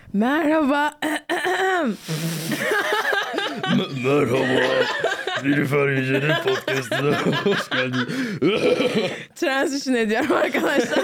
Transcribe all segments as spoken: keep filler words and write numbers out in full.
Merhaba. Merhaba. Nilüfer Yücel'in podcast'ına hoş geldin. Transition ediyorum arkadaşlar.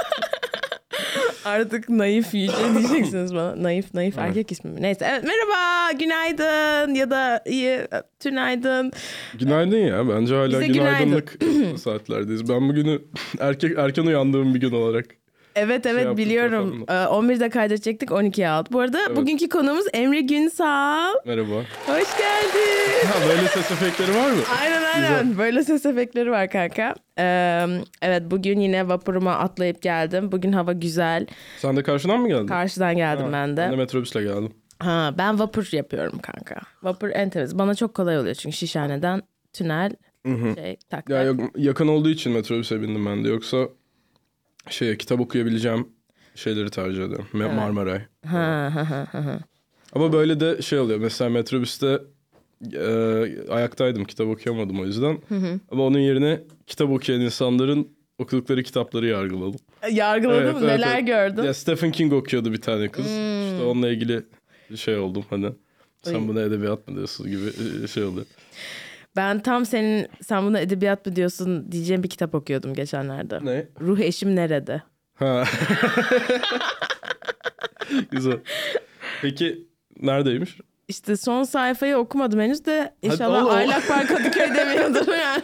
Artık naif Yüce diyeceksiniz bana. Naif naif Evet. erkek ismi mi? Neyse. Evet, merhaba, günaydın ya da iyi tünaydın. Günaydın ya. Bence hala Bize günaydınlık saatlerdeyiz. Ben bugünü erkek erken uyandığım bir gün olarak. Evet evet yaptık biliyorum. Ee, on birde kaydedecektik, on ikiye aldık. Bu arada Evet. bugünkü konuğumuz Emre Günsal. Merhaba. Hoş geldin. Ha, böyle ses efektleri var mı? Aynen aynen. Güzel. Böyle ses efektleri var kanka. Ee, evet, bugün yine vapuruma atlayıp geldim. Bugün hava güzel. Sen de karşıdan mı geldin? Karşıdan geldim Ha, ben de. Ben de metrobüsle geldim. Ha, ben vapur yapıyorum kanka. Vapur en temiz. Bana çok kolay oluyor çünkü Şişhane'den tünel Hı-hı. şey tak Ya tak. yok, yakın olduğu için metrobüse bindim ben de. Yoksa şey kitap okuyabileceğim şeyleri tercih ederim. Me- Evet. Marmaray. Ha ha ha ha, ha. Ama böyle de şey oluyor. Mesela metrobüste e, ayaktaydım. Kitap okuyamadım o yüzden. Hı hı. Ama onun yerine kitap okuyan insanların okudukları kitapları yargıladım. Yargıladın Evet, mı? evet, Neler evet. gördün? Ya Stephen King okuyordu bir tane kız. Hmm. İşte onunla ilgili şey oldum hani. Sen Ay. buna edebiyat mı diyorsun gibi şey oluyor. Ben tam senin sen buna edebiyat mı diyorsun diyeceğim bir kitap okuyordum geçenlerde. Ne? Ruh Eşim Nerede? Ha. Güzel. Peki neredeymiş? İşte son sayfayı okumadım henüz de inşallah oğlum. Aylak Bar Kadıköy demiyordur yani.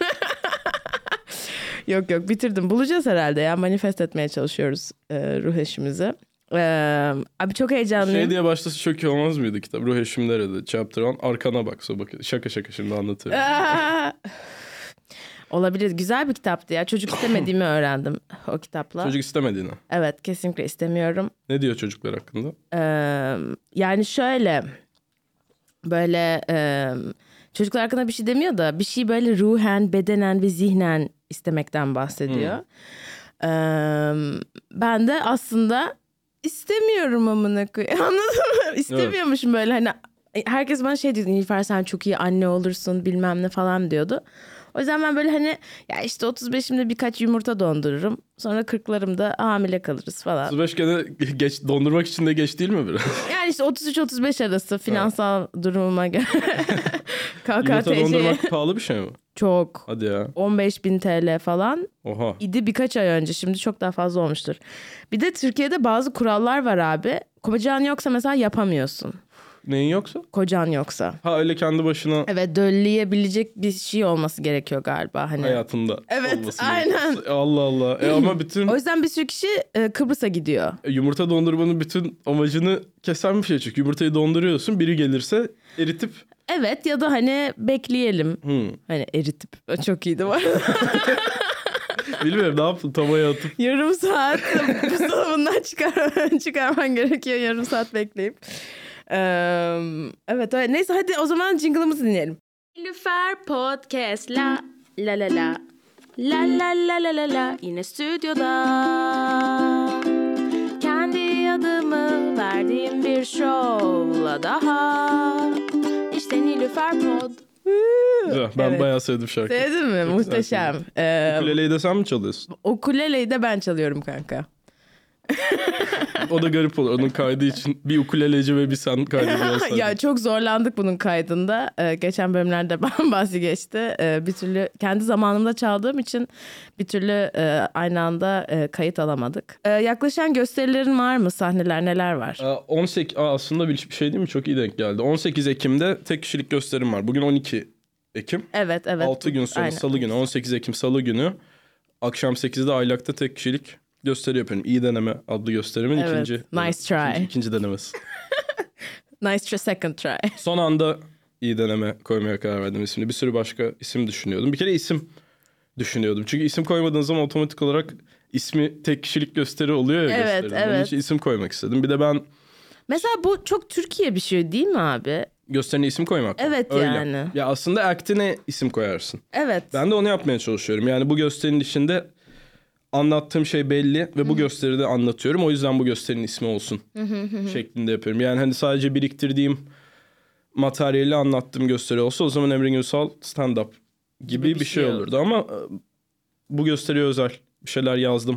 Yok yok bitirdim. Bulacağız herhalde ya. Manifest etmeye çalışıyoruz e, ruh eşimizi. E, abi çok heyecanlıyım. Şey diye başlası çok iyi olmaz mıydı kitap? Ruh Eşim Nerede? Chapter on. Arkana bak. So bak. Şaka şaka şimdi anlatıyorum. Aa! Olabilir. Güzel bir kitaptı ya. Çocuk istemediğimi öğrendim o kitapla. Çocuk istemediğini. Evet, kesinlikle istemiyorum. Ne diyor çocuklar hakkında? Ee, yani şöyle böyle e, çocuklar hakkında bir şey demiyor da bir şey böyle ruhen, bedenen ve zihnen istemekten bahsediyor. Hmm. Ee, ben de aslında istemiyorum amına koyayım. Anladın mı? İstemiyormuşum böyle hani herkes bana şey diyordu, Nilüfer sen çok iyi anne olursun bilmem ne falan diyordu. O yüzden ben böyle hani ya işte otuz beşimde birkaç yumurta dondururum. Sonra kırklarımda hamile kalırız falan. otuz beş gene geç, dondurmak için de geç değil mi biraz? Yani işte otuz üç otuz beş arası finansal durumuma göre. Yumurta K K T C dondurmak pahalı bir şey mi? çok. Hadi ya. on beş bin T L falan Oha. idi birkaç ay önce. Şimdi çok daha fazla olmuştur. Bir de Türkiye'de bazı kurallar var abi. Kocan yoksa mesela yapamıyorsun. Neyin yoksa? Kocan yoksa. Ha öyle kendi başına Evet, dölleyebilecek bir şey olması gerekiyor galiba. Hani. hayatında Evet, olması aynen. gerekiyor. Allah Allah. E ama bütün O yüzden bir sürü kişi e, Kıbrıs'a gidiyor. e, yumurta dondurmanın bütün amacını kesen bir şey çünkü yumurtayı donduruyorsun. Biri gelirse eritip Evet, ya da hani bekleyelim. hmm. Hani eritip. Çok iyiydi bu arada. Bilmiyorum ne yaptın tavaya atıp. Yarım saat buzdolabından çıkar, çıkarman gerekiyor. Yarım saat bekleyip. Ee, evet öyle. Neyse hadi o zaman jingle'ımızı dinleyelim. Nilüfer Podcast la la la la. La la la la la la. Yine stüdyoda. Kendi adımı verdiğim bir şovla daha. İşte Nilüfer Pod. Güzel. Ben Evet. bayağı sevdim şarkıyı. Sevdin mi? Çok Muhteşem. güzel Ee, Ukuleleyi de sen mi çalıyorsun? ukuleleyi de ben çalıyorum kanka. O da garip olur. Onun kaydı için bir ukuleleci ve bir sen kaydediyorsun. Ya çok zorlandık bunun kaydında. Ee, geçen bölümlerde bahsi geçti. Ee, bir türlü kendi zamanımda çaldığım için bir türlü e, aynı anda e, kayıt alamadık. Ee, yaklaşan gösterilerin var mı? Sahneler neler var? on sekiz Aa, aslında bir şey değil mi? Çok iyi denk geldi. on sekiz Ekim'de tek kişilik gösterim var. Bugün on iki Ekim. Evet evet. altı gün sonra Aynen. Salı günü on sekiz Ekim Salı günü akşam sekizde Aylak'ta tek kişilik gösteri yapıyorum. İyi Deneme adlı gösterimin Evet, ikinci nice try. ikinci, ikinci denemesi. Nice try, second try. Son anda İyi Deneme koymaya karar verdim ismini. Bir sürü başka isim düşünüyordum. Bir kere isim düşünüyordum. Çünkü isim koymadığın zaman otomatik olarak ismi tek kişilik gösteri oluyor ya Evet, gösterinin. Onun evet. için isim koymak istedim. Bir de ben Mesela bu çok Türkiye bir şey değil mi abi? gösterine isim koymak. Evet Öyle. yani. Ya aslında actine isim koyarsın. Evet. Ben de onu yapmaya çalışıyorum. Yani bu gösterinin içinde anlattığım şey belli ve bu gösteride anlatıyorum. O yüzden bu gösterinin ismi olsun şeklinde yapıyorum. Yani hani sadece biriktirdiğim materyali anlattığım gösteri olsa o zaman Emre Günsal stand-up gibi, gibi bir, bir şey, şey olurdu. Ama bu gösteriye özel bir şeyler yazdım.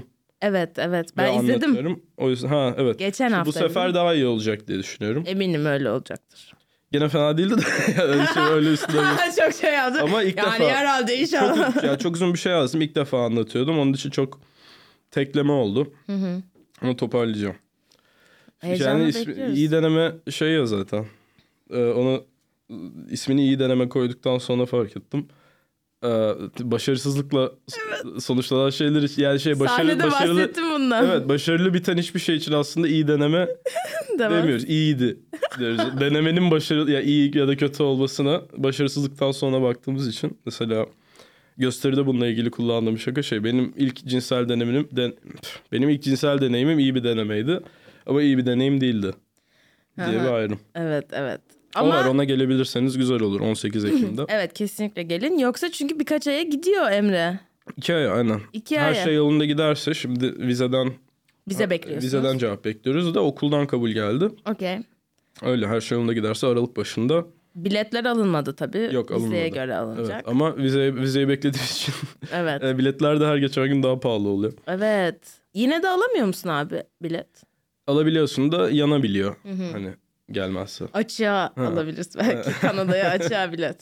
Evet evet ben Ve izledim. anlatıyorum. O yüzden ha evet. Geçen Şimdi hafta. bu sefer daha iyi olacak diye düşünüyorum. Eminim öyle olacaktır. Gene fena değildi de öyle, şey, öyle üstüne. Çok şey yazdım. Ama ilk yani defa. herhalde inşallah. Çok, ya çok uzun bir şey yazdım. İlk defa anlatıyordum. Onun için çok tekleme oldu. Hı hı. Ama toparlayacağım. Heyecanla yani ismi, bekliyoruz. iyi deneme şey ya zaten. Ee, onu ismini iyi deneme koyduktan sonra fark ettim. Ee, başarısızlıkla evet. sonuçlanan şeyler yani şey başarılı Sahnede başarılı. bahsettim bundan. Evet, başarılı biten hiçbir şey için aslında iyi deneme demiyoruz. İyiydi diyoruz. Denemenin başarılı ya iyi ya da kötü olmasına başarısızlıktan sonra baktığımız için mesela gösteride bununla ilgili kullandığım şaka şey benim ilk cinsel deneyimim den, benim ilk cinsel deneyimim iyi bir denemeydi ama iyi bir deneyim değildi diye Aha. bir ayrım. Evet evet. Ama... O var, ona gelebilirseniz güzel olur on sekiz Ekim'de. Evet kesinlikle gelin yoksa çünkü birkaç aya gidiyor Emre. İki ay aynen. İki Her aya. şey yolunda giderse şimdi vizeden Vize bekliyorsunuz. Vizeden cevap bekliyoruz da okuldan kabul geldi. Okey. Öyle her şey yolunda giderse Aralık başında. Biletler alınmadı tabii. Yok alınmadı. Vizeye göre alınacak. Evet, ama vize, vizeyi beklediğimiz için evet. biletler de her geçen gün daha pahalı oluyor. Evet. Yine de alamıyor musun abi bilet? Alabiliyorsun da yanabiliyor. Hı-hı. Hani gelmezse. Açığa ha. alabilirsin belki Kanada'ya açığa bilet.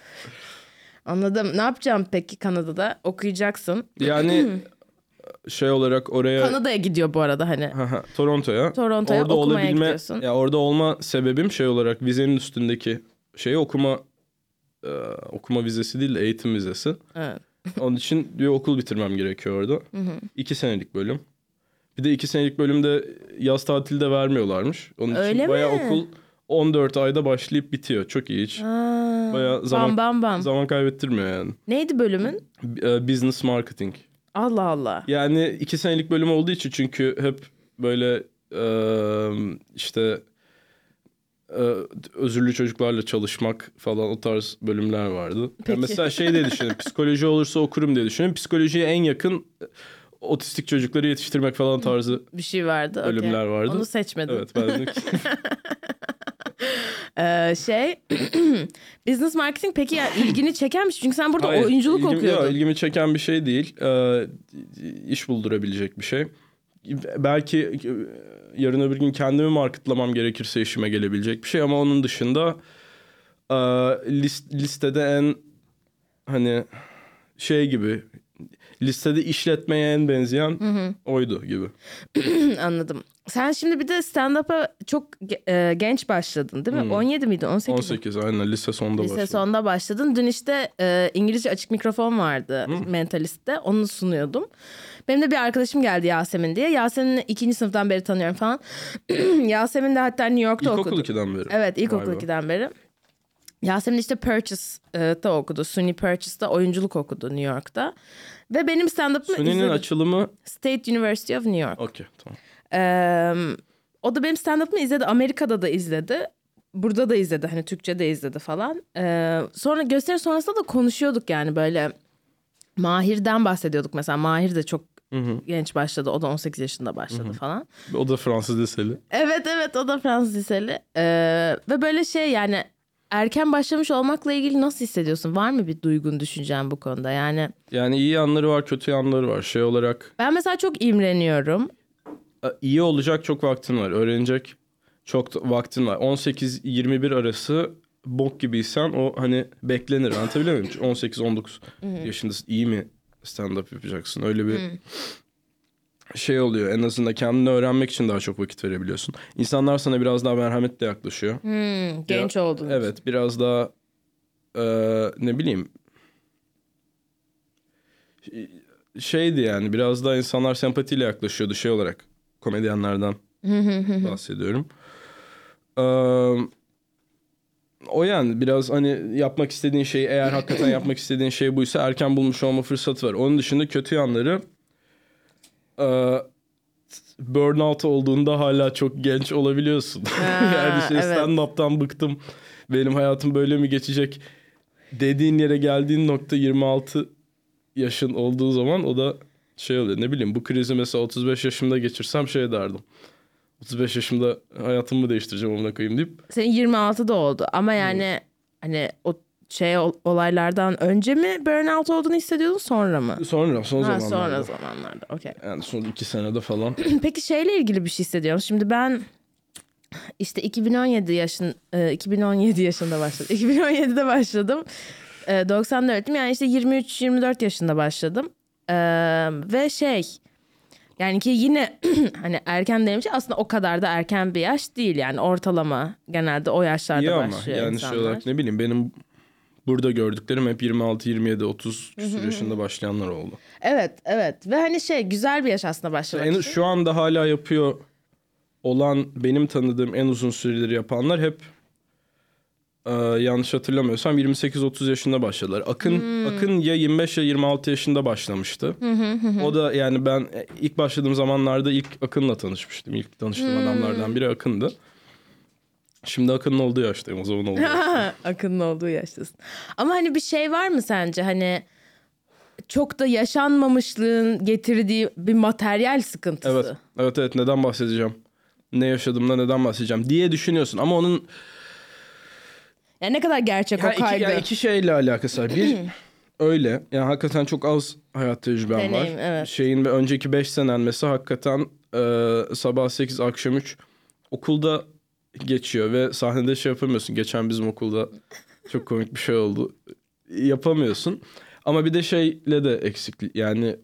Anladım. Ne yapacağım peki Kanada'da? Okuyacaksın. Yani şey olarak oraya... Kanada'ya gidiyor bu arada hani. Toronto'ya. Toronto'ya orada okumaya olabilme, gidiyorsun. Ya orada olma sebebim şey olarak vizenin üstündeki şeyi okuma e, okuma vizesi değil de eğitim vizesi. Evet. Onun için bir okul bitirmem gerekiyor orada. Hı hı. İki senelik bölüm. Bir de iki senelik bölümde yaz tatili de vermiyorlarmış. Onun Öyle için mi? bayağı okul on dört ayda başlayıp bitiyor. Çok iyi hiç. Aa, bayağı zaman, bam bam bam. zaman kaybettirmiyor yani. Neydi bölümün? B- business marketing. Allah Allah. Yani iki senelik bölüm olduğu için çünkü hep böyle e, işte e, özürlü çocuklarla çalışmak falan o tarz bölümler vardı. Yani mesela şey diye düşünün. Psikoloji olursa okurum diye düşünün. Psikolojiye en yakın otistik çocukları yetiştirmek falan tarzı bir şey vardı. Bölümler okay. vardı. Onu seçmedim. Evet ben de ee, şey business marketing peki ya ilgini çekenmiş çünkü sen burada Hayır, oyunculuk ilgim, okuyordun. Yok ilgimi çeken bir şey değil. Ee, iş buldurabilecek bir şey. Belki yarın öbür gün kendimi marketlamam gerekirse işime gelebilecek bir şey ama onun dışında e, list, listede en hani şey gibi listede işletmeye en benzeyen hı hı. oydu gibi. Anladım. Sen şimdi bir de stand-up'a çok e, genç başladın değil mi? Hmm. on yedi miydi? on sekiz on sekiz aynen lise sonunda lise başladım. Lise sonunda başladın. Dün işte e, İngilizce açık mikrofon vardı hmm. Mentalist'te. Onu sunuyordum. Benim de bir arkadaşım geldi Yasemin diye. Yasemin'i ikinci sınıftan beri tanıyorum falan. Yasemin de hatta New York'ta İlkokul okudu. İlkokul ikiden beri. Evet ilkokul ikiden beri. Yasemin işte Purchase'da okudu. SUNY Purchase'da oyunculuk okudu New York'ta. Ve benim stand-up'ımı SUNY'nin izledi. açılımı? State University of New York. Okey tamam. Ee, o da benim stand-up'ımı izledi. Amerika'da da izledi. Burada da izledi. Hani Türkçe'de izledi falan. Ee, sonra gösteri sonrasında da konuşuyorduk yani böyle. Mahir'den bahsediyorduk mesela. Mahir de çok hı hı. genç başladı. O da on sekiz yaşında başladı hı hı. falan. O da Fransız liseli. Evet evet o da Fransız liseli. Ee, ve böyle şey yani erken başlamış olmakla ilgili nasıl hissediyorsun? Var mı bir duygun, düşüncen bu konuda? Yani Yani iyi yanları var, kötü yanları var. Şey olarak... Ben mesela çok imreniyorum. İyi olacak çok vaktin var. Öğrenecek çok vaktin var. on sekiz yirmi bir arası bok gibiysen o hani beklenir. Anlatabiliyor muyum? on sekiz on dokuz yaşındasın. İyi mi stand-up yapacaksın? Öyle bir şey oluyor. En azından kendini öğrenmek için daha çok vakit verebiliyorsun. İnsanlar sana biraz daha merhametle yaklaşıyor. Hmm, genç ya, oldun. Evet biraz daha e, ne bileyim şeydi yani biraz daha insanlar sempatiyle yaklaşıyordu şey olarak. Komedyenlerden bahsediyorum. Ee, o yani biraz hani yapmak istediğin şey eğer hakikaten yapmak istediğin şey buysa erken bulmuş olma fırsatı var. Onun dışında kötü yanları e, burnout olduğunda hala çok genç olabiliyorsun. Ha, yani şey evet. Stand-up'tan bıktım. Benim hayatım böyle mi geçecek dediğin yere geldiğin nokta yirmi altı yaşın olduğu zaman o da şey oluyor ne bileyim bu krizi mesela otuz beş yaşımda geçirsem şey derdim. otuz beş yaşımda hayatımı değiştireceğim ona koyayım deyip. Senin yirmi altıda oldu ama yani hmm. hani o şey olaylardan önce mi burnout olduğunu hissediyordun, sonra mı? Sonra, son ha, zamanlarda. Sonra zamanlarda, okey. Yani son iki senede falan. Peki şeyle ilgili bir şey hissediyorum. Şimdi ben işte iki bin on yedi yaşın iki bin on yedi yaşında başladım. iki bin on yedide başladım. doksan dörtlüyüm, yani işte yirmi üç yirmi dört yaşında başladım. Ve şey, yani ki yine hani erken demiş, aslında o kadar da erken bir yaş değil yani, ortalama genelde o yaşlarda İyi ama başlıyor yani insanlar. şey olarak ne bileyim, benim burada gördüklerim hep yirmi altı yirmi yedi otuz yaşında başlayanlar oldu. Evet evet, ve hani şey, güzel bir yaş aslında başlamak En, için. şu anda hala yapıyor olan, benim tanıdığım en uzun süreleri yapanlar hep e, yanlış hatırlamıyorsam yirmi sekiz otuz yaşında başladılar. Akın hmm. Akın ya yirmi beş ya yirmi altı yaşında başlamıştı. O da yani ben ilk başladığım zamanlarda ilk Akın'la tanışmıştım. İlk tanıştığım hmm. adamlardan biri Akın'dı. Şimdi Akın'ın olduğu yaştayım, o zaman olduğu yaştayım. Akın'ın olduğu yaştasın. Ama hani bir şey var mı sence, hani çok da yaşanmamışlığın getirdiği bir materyal sıkıntısı? Evet, evet, evet. Neden bahsedeceğim? Ne yaşadığımda neden bahsedeceğim diye düşünüyorsun. Ama onun... Yani ne kadar gerçek ya o kaygı? Iki, yani iki şeyle alakası var. Bir, öyle. Yani hakikaten çok az hayat tecrübem Deneyim, var. Evet. Şeyin ve önceki beş senen mesela hakikaten e, sabah sekiz akşam üç okulda geçiyor ve sahnede şey yapamıyorsun. Geçen bizim okulda çok komik bir şey oldu. Yapamıyorsun. Ama bir de şeyle de eksiklik, yani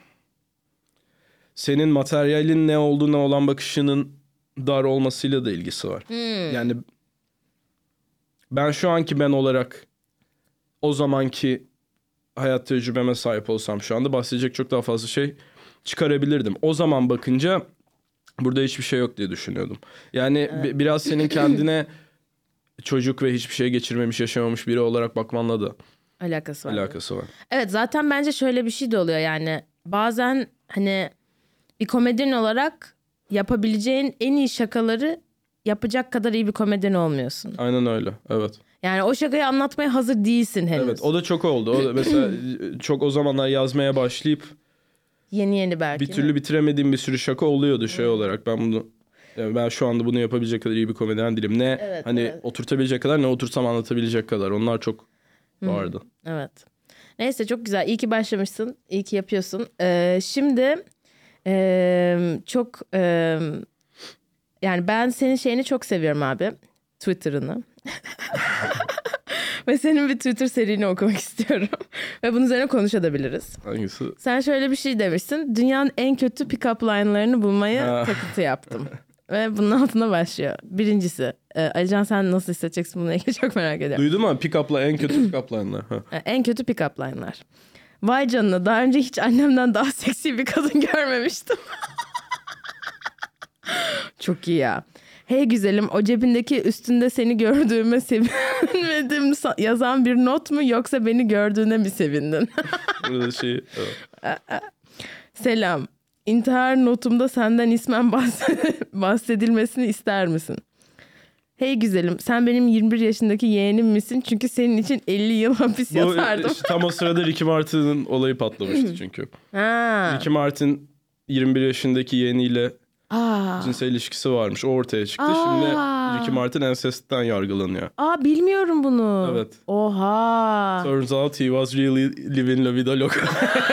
senin materyalin ne olduğuna olan bakışının dar olmasıyla da ilgisi var. Hmm. Yani ben şu anki ben olarak o zamanki hayat tecrübeme sahip olsam şu anda bahsedecek çok daha fazla şey çıkarabilirdim. O zaman bakınca burada hiçbir şey yok diye düşünüyordum. Yani evet. b- biraz senin kendine çocuk ve hiçbir şey geçirmemiş, yaşamamış biri olarak bakmanla da alakası var. Alakası var. Evet, zaten bence şöyle bir şey de oluyor yani. Bazen hani bir komedyen olarak yapabileceğin en iyi şakaları yapacak kadar iyi bir komedyen olmuyorsun. Aynen öyle, evet. Yani o şakayı anlatmaya hazır değilsin henüz. Evet, o da çok oldu. O da mesela çok o zamanlar yazmaya başlayıp yeni yeni belki. Bir türlü bitiremediğim bir sürü şaka oluyordu şey hmm. olarak. Ben bunu yani ben şu anda bunu yapabilecek kadar iyi bir komedyen değilim. Ne evet, hani evet. oturtabilecek kadar, ne otursam anlatabilecek kadar. Onlar çok vardı. Hmm. Evet. Neyse, çok güzel. İyi ki başlamışsın. İyi ki yapıyorsun. Ee, şimdi e, çok e, yani ben senin şeyini çok seviyorum abi. Twitter'ını. Ve senin bir Twitter serini okumak istiyorum. Ve bunun üzerine konuşabiliriz. Hangisi? Sen şöyle bir şey demişsin. Dünyanın en kötü pick-up line'larını bulmaya takıntı yaptım. Ve bunun altına başlıyor. Birincisi, e, Alican sen nasıl hissedeceksin bununla ilgili çok merak ediyorum. Duydun mu? Pick-up'la en kötü pick-up line'lar. En kötü pick-up line'lar. Vay canına, daha önce hiç annemden daha seksi bir kadın görmemiştim. Çok iyi ya. Hey güzelim, o cebindeki üstünde seni gördüğüme sevinmedim yazan bir not mu, yoksa beni gördüğüne mi sevindin? Burada şey... Evet. Selam. İntihar notumda senden ismen bahsedilmesini ister misin? Hey güzelim, sen benim yirmi bir yaşındaki yeğenim misin? Çünkü senin için elli yıl hapis Bu, yatardım. Işte, tam o sırada Ricky Martin'in olayı patlamıştı çünkü. Ha. Ricky Martin yirmi bir yaşındaki yeğeniyle Aa. cinsel ilişkisi varmış. O ortaya çıktı. Aa. Şimdi Ricky Martin ensestten yargılanıyor. Aa, bilmiyorum bunu. Evet. Oha. Turns out he was really living la vida loca.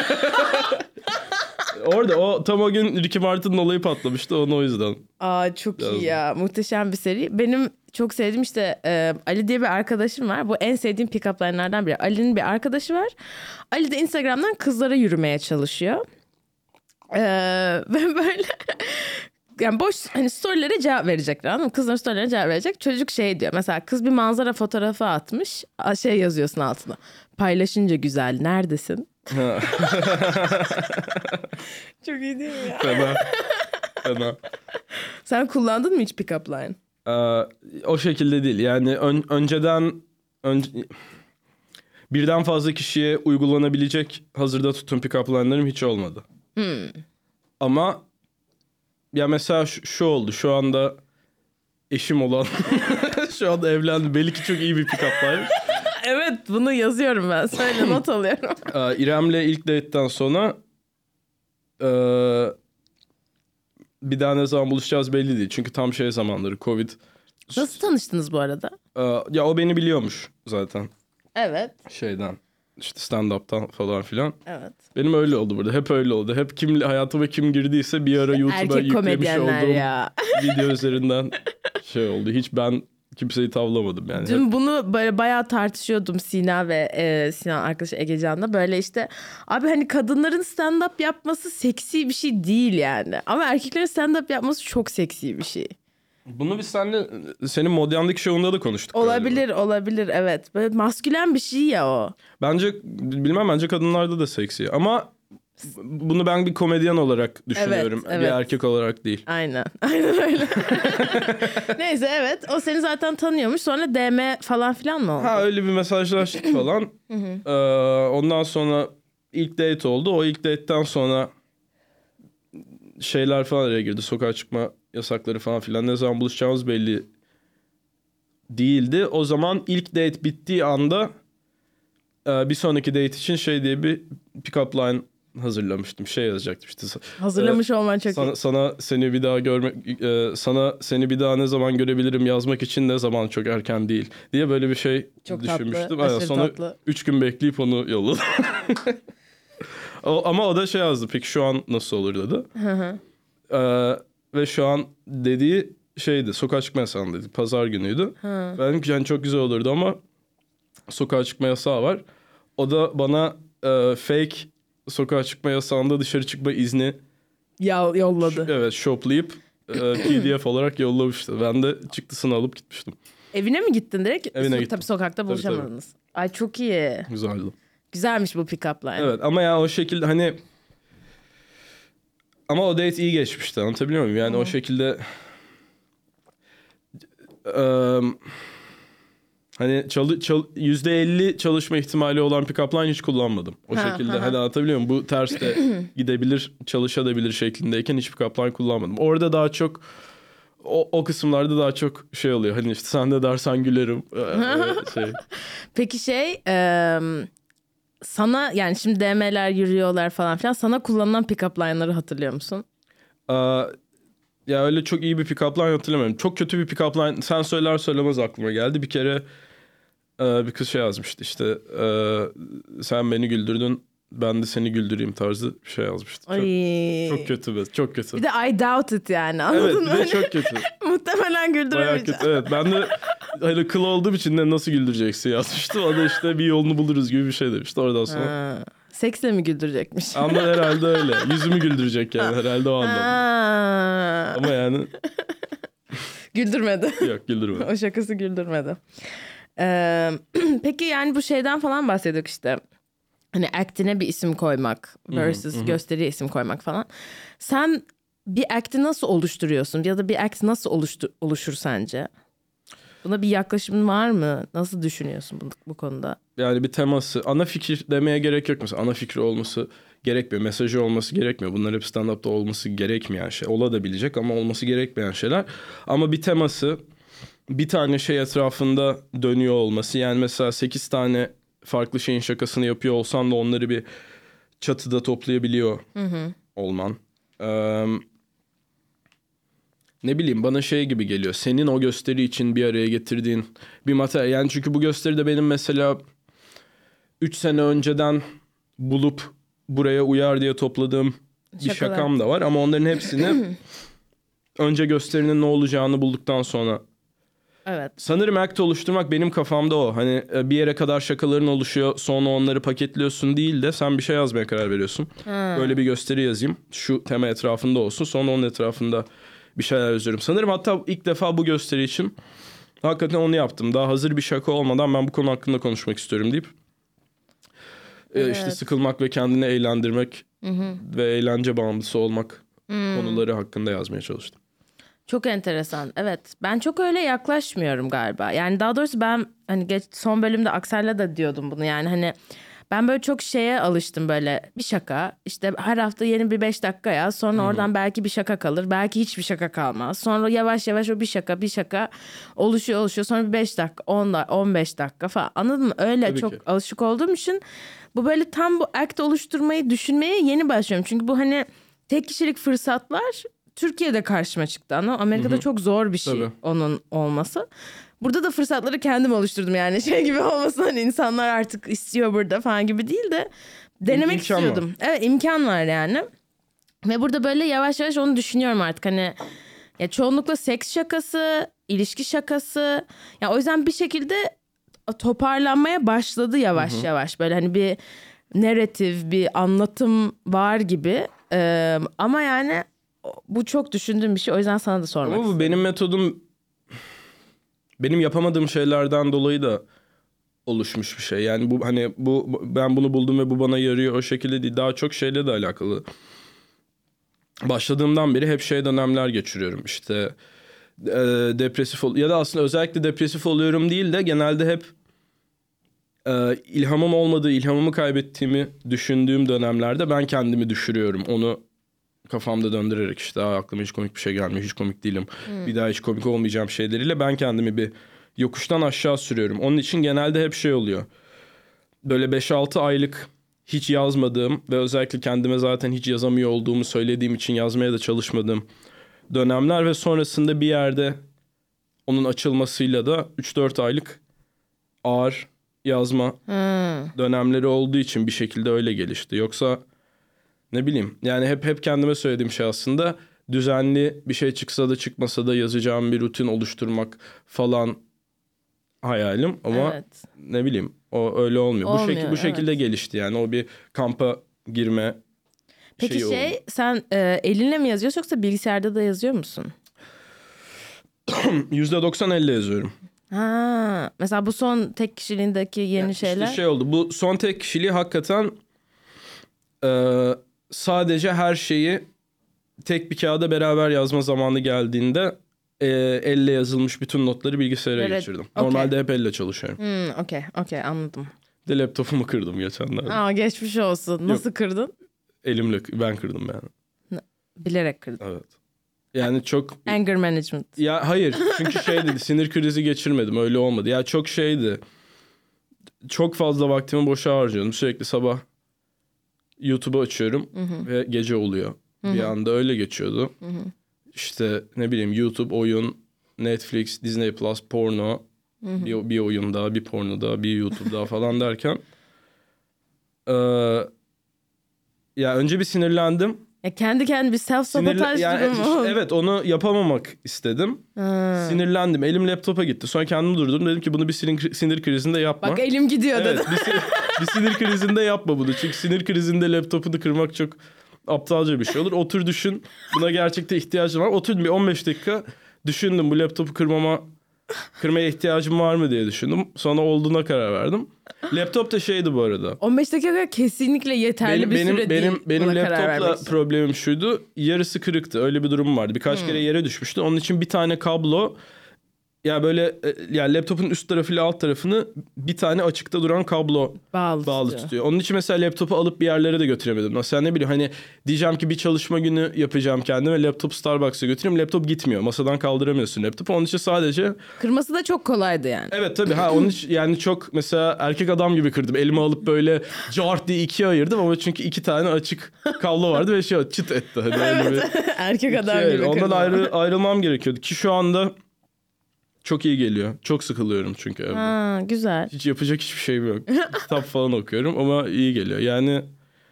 Orada o tam o gün Ricky Martin'in olayı patlamıştı, onu o yüzden. Aa, çok yazdım. iyi ya. Muhteşem bir seri. Benim çok sevdiğim işte e, Ali diye bir arkadaşım var. Bu en sevdiğim pick-up line'lardan biri. Ali'nin bir arkadaşı var. Ali de Instagram'dan kızlara yürümeye çalışıyor. Ee, ve böyle yani boş hani storylere cevap verecekler, anladın mı? Kızların storylerine cevap verecek. Çocuk şey diyor. Mesela kız bir manzara fotoğrafı atmış. Şey yazıyorsun altına. Paylaşınca güzel. Neredesin? Çok iyi değil mi ya? Fena. Fena. Sen kullandın mı hiç pick-up line? Ee, o şekilde değil. Yani ön, önceden önce, birden fazla kişiye uygulanabilecek hazırda tuttuğum pick-up line'larım hiç olmadı. Hmm. Ama ya mesela şu, şu oldu. Şu anda eşim olan şu anda evlendi. Belki çok iyi bir pick-up line. Evet, bunu yazıyorum ben. Söyle, not alıyorum. Ee, İrem'le ilk date'den sonra e, bir daha ne zaman buluşacağız belli değil. Çünkü tam şey zamanları, Covid. Nasıl tanıştınız bu arada? Ee, ya o beni biliyormuş zaten. Evet. Şeyden işte stand-up'tan falan filan. Evet. Benim öyle oldu burada. Hep öyle oldu. Hep kim hayatıma kim girdiyse bir ara YouTube'a Erkek yüklemiş komedyenler olduğum ya. video üzerinden şey oldu. Hiç ben kimseyi tavlamadım yani. Dün Hep... bunu böyle bayağı tartışıyordum Sina ve e, Sinan arkadaşı Egecan'la. Böyle işte abi hani kadınların stand-up yapması seksi bir şey değil yani. Ama erkeklerin stand-up yapması çok seksi bir şey. Bunu biz seninle senin Modern'daki şovunda da konuştuk. Olabilir galiba. olabilir evet. Böyle maskülen bir şey ya o. Bence bilmem bence kadınlarda da seksi ama bunu ben bir komedyen olarak düşünüyorum. Evet, evet. Bir erkek olarak değil. Aynen. Aynen öyle. Neyse evet. O seni zaten tanıyormuş. Sonra D M falan filan mı oldu? Ha öyle bir mesajlaştık falan. ee, ondan sonra ilk date oldu. O ilk date'ten sonra şeyler falan araya girdi. Sokağa çıkma yasakları falan filan. Ne zaman buluşacağımız belli değildi. O zaman ilk date bittiği anda e, bir sonraki date için şey diye bir pick-up line hazırlamıştım. Şey yazacaktım işte. Hazırlamış e, olman çok sana, iyi. sana seni bir daha görmek e, sana seni bir daha ne zaman görebilirim yazmak için ne zaman çok erken değil diye böyle bir şey Çok düşünmüştüm. tatlı. Aynen, Aşırı sonra tatlı. üç gün bekleyip onu yolladım. o, ama o da şey yazdı. Peki şu an nasıl olur dedi. Hı hı. Ee, ve şu an dediği şeydi. Sokağa çıkma yasağı dedi. Pazar günüydü. Hı. Ben dedim ki yani çok güzel olurdu ama sokağa çıkma yasağı var. O da bana e, fake sokağa çıkma yasağında dışarı çıkma izni Ya, yolladı. ş- evet shoplayıp e, P D F olarak yollamıştı. Ben de çıktısını alıp gitmiştim. Evine mi gittin direkt? Evine So- gittim. Tabii sokakta Tabii, buluşamadınız. Ay çok iyi. Güzeldi. Güzelmiş bu pick-up line. Evet ama ya o şekilde hani ama o date iyi geçmişti, anlatabiliyor muyum? Yani Hmm. o şekilde eee, hani çalı, çal, yüzde elli çalışma ihtimali olan pick-up line hiç kullanmadım. O Ha, şekilde ha, hani ha. anlatabiliyor muyum? Bu ters de gidebilir, çalışabilir şeklindeyken hiç pick-up line kullanmadım. Orada daha çok o, o kısımlarda daha çok şey oluyor. Hani işte sen de dersen gülerim. Ee, şey. Peki şey e, sana yani şimdi D M'ler yürüyorlar falan filan. Sana kullanılan pick-up line'ları hatırlıyor musun? Aa, ya öyle çok iyi bir pick-up line hatırlamıyorum. Çok kötü bir pick-up line sen söyler söylemez aklıma geldi. Bir kere e, bir kız şey yazmıştı işte e, sen beni güldürdün ben de seni güldüreyim tarzı bir şey yazmıştı. Çok, Ay. çok kötü be, çok kötü. Bir de I doubt it yani anladın Evet mı? bir de çok kötü. Muhtemelen Bayağı güldüremeyeceğim. kötü. Evet ben de hani kıl olduğum için de nasıl güldüreceksin yazmıştım. O da işte bir yolunu buluruz gibi bir şey demişti oradan sonra. Ha. Seksle mi güldürecekmiş? Ama herhalde öyle. Yüzümü güldürecek yani herhalde o anlamda. Ha. Ama yani Güldürmedi. yok güldürme. O şakası güldürmedi. Ee, peki yani bu şeyden falan bahsediyorduk işte. Hani act'ine bir isim koymak versus gösteriye isim koymak falan. Sen bir act'i nasıl oluşturuyorsun? Ya da bir act nasıl oluştu, oluşur sence? Buna bir yaklaşımın var mı? Nasıl düşünüyorsun bu, bu konuda? Yani bir teması, ana fikir demeye gerek yok mesela. Ana fikri olması gerekmiyor. Mesajı olması gerekmiyor. Bunlar hep stand-up'ta olması gerekmeyen şey. Olabilir ama olması gerekmeyen şeyler. Ama bir teması, bir tane şey etrafında dönüyor olması. Yani mesela sekiz tane farklı şeyin şakasını yapıyor olsan da onları bir çatıda toplayabiliyor Hı hı. olman. Ee, ne bileyim bana şey gibi geliyor. Senin o gösteri için bir araya getirdiğin bir materyal. Yani çünkü bu gösteride benim mesela üç sene önceden bulup buraya uyar diye topladığım bir Şakalar. şakam da var. Ama onların hepsini önce gösterinin ne olacağını bulduktan sonra. Evet. Sanırım act oluşturmak benim kafamda o. Hani bir yere kadar şakaların oluşuyor. Sonra onları paketliyorsun değil de sen bir şey yazmaya karar veriyorsun. Ha. Böyle bir gösteri yazayım. Şu tema etrafında olsun. Sonra onun etrafında bir şeyler yazıyorum. Sanırım hatta ilk defa bu gösteri için hakikaten onu yaptım. Daha hazır bir şaka olmadan ben bu konu hakkında konuşmak istiyorum deyip Evet. işte sıkılmak ve kendini eğlendirmek Hı hı. ve eğlence bağımlısı olmak Hmm. konuları hakkında yazmaya çalıştım. Çok enteresan. Evet. Ben çok öyle yaklaşmıyorum galiba. Yani daha doğrusu ben hani geç, son bölümde Aksel'le de diyordum bunu. Yani hani ben böyle çok şeye alıştım böyle bir şaka. İşte her hafta yeni bir beş dakika yaz. Sonra oradan belki bir şaka kalır. Belki hiçbir şaka kalmaz. Sonra yavaş yavaş o bir şaka bir şaka oluşuyor oluşuyor. Sonra bir beş dakika on da on beş dakika falan. Anladın mı? Öyle Tabii çok ki. alışık olduğum için bu böyle tam bu act oluşturmayı düşünmeye yeni başlıyorum. Çünkü bu hani tek kişilik fırsatlar Türkiye'de karşıma çıktı ama Amerika'da Hı-hı. çok zor bir şey Tabii. onun olması. Burada da fırsatları kendim oluşturdum yani şey gibi olmasın hani insanlar artık istiyor burada falan gibi değil de denemek İmkan istiyordum. Var. Evet imkan var yani. Ve burada böyle yavaş yavaş onu düşünüyorum artık hani ya çoğunlukla seks şakası, ilişki şakası. Ya o yüzden bir şekilde toparlanmaya başladı yavaş Hı-hı. yavaş böyle hani bir narratif, bir anlatım var gibi. Ee, ama yani bu çok düşündüğüm bir şey o yüzden sana da sormak Ama bu istedim. Benim metodum benim yapamadığım şeylerden dolayı da oluşmuş bir şey. Yani bu hani bu ben bunu buldum ve bu bana yarıyor o şekilde değil. Daha çok şeyle de alakalı. Başladığımdan beri hep şey dönemler geçiriyorum. İşte e, depresif ol- ya da aslında özellikle depresif oluyorum değil de genelde hep e, ilhamım olmadığı, ilhamımı kaybettiğimi düşündüğüm dönemlerde ben kendimi düşürüyorum. Onu kafamda döndürerek işte aklıma hiç komik bir şey gelmiyor, hiç komik değilim. Hmm. Bir daha hiç komik olmayacağım şeyleriyle ben kendimi bir yokuştan aşağı sürüyorum. Onun için genelde hep şey oluyor. Böyle beş altı aylık hiç yazmadığım ve özellikle kendime zaten hiç yazamıyor olduğumu söylediğim için yazmaya da çalışmadığım dönemler ve sonrasında bir yerde onun açılmasıyla da üç dört aylık ağır yazma hmm. dönemleri olduğu için bir şekilde öyle gelişti. Yoksa ne bileyim yani hep hep kendime söylediğim şey aslında düzenli bir şey çıksa da çıkmasa da yazacağım bir rutin oluşturmak falan hayalim ama evet. ne bileyim o öyle olmuyor. olmuyor bu şekilde bu şekilde evet. gelişti yani o bir kampa girme Peki şeyi şey oldu. Sen e, elinle mi yazıyorsun yoksa bilgisayarda da yazıyor musun? yüzde doksan elle yazıyorum. Ha, mesela bu son tek kişiliğindeki yeni yani şeyler. İşte şey oldu. Bu son tek kişiliği hakikaten e, sadece her şeyi tek bir kağıda beraber yazma zamanı geldiğinde e, elle yazılmış bütün notları bilgisayara evet. geçirdim. Okay. Normalde hep elle çalışıyorum. Hmm, okey, okey anladım. Bir de laptopumu kırdım geçenlerde. Aa, geçmiş olsun. Nasıl Yok, kırdın? Elimle ben kırdım yani. Bilerek kırdın. Evet. Yani çok... Anger management. Ya hayır çünkü şey dedi sinir krizi geçirmedim öyle olmadı. Ya çok şeydi. Çok fazla vaktimi boşa harcıyordum. Sürekli sabah YouTube'u açıyorum Hı-hı. ve gece oluyor. Hı-hı. Bir anda öyle geçiyordu. Hı-hı. İşte ne bileyim YouTube, oyun, Netflix, Disney Plus, porno. Bir, bir oyun daha, bir porno daha, bir YouTube daha falan derken. Ee, ya önce bir sinirlendim. Ya kendi kendine bir self sabotaj yani durumu işte, oldu. Evet onu yapamamak istedim. Ha. Sinirlendim. Elim laptopa gitti. Sonra kendimi durdurdum. Dedim ki bunu bir sinir, sinir krizinde yapma. Bak elim gidiyor evet, dedim. Bir, sinir, bir sinir krizinde yapma bunu. Çünkü sinir krizinde laptopunu kırmak çok aptalca bir şey olur. Otur düşün. Buna gerçekten ihtiyacım var. Oturdum bir on beş dakika düşündüm. Bu laptopu kırmama kırmaya ihtiyacım var mı diye düşündüm. Sonra olduğuna karar verdim. Laptop da şeydi bu arada. on beş dakika kesinlikle yeterli benim, bir benim, süre benim, değil. Benim laptopla problemim şuydu. Yarısı kırıktı. Öyle bir durum vardı. Birkaç hmm. kere yere düşmüştü. Onun için bir tane kablo ya böyle yani laptopun üst tarafıyla alt tarafını bir tane açıkta duran kablo bağlı, bağlı tutuyor. tutuyor. Onun için mesela laptopu alıp bir yerlere de götüremedim. Mesela ne bileyim hani diyeceğim ki bir çalışma günü yapacağım kendime laptop Starbucks'a götüreyim. Laptop gitmiyor. Masadan kaldıramıyorsun laptopu. Onun için sadece... Kırması da çok kolaydı yani. Evet tabii. Ha, onun için yani çok mesela erkek adam gibi kırdım. Elime alıp böyle cart diye ikiye ayırdım ama çünkü iki tane açık kablo vardı ve şey çıt etti. Hani evet. Bir, erkek adam gibi kırdım. Ondan ayrı, ayrılmam gerekiyordu ki şu anda... Çok iyi geliyor. Çok sıkılıyorum çünkü. Ha, güzel. Hiç yapacak hiçbir şeyim yok. Kitap falan okuyorum ama iyi geliyor. Yani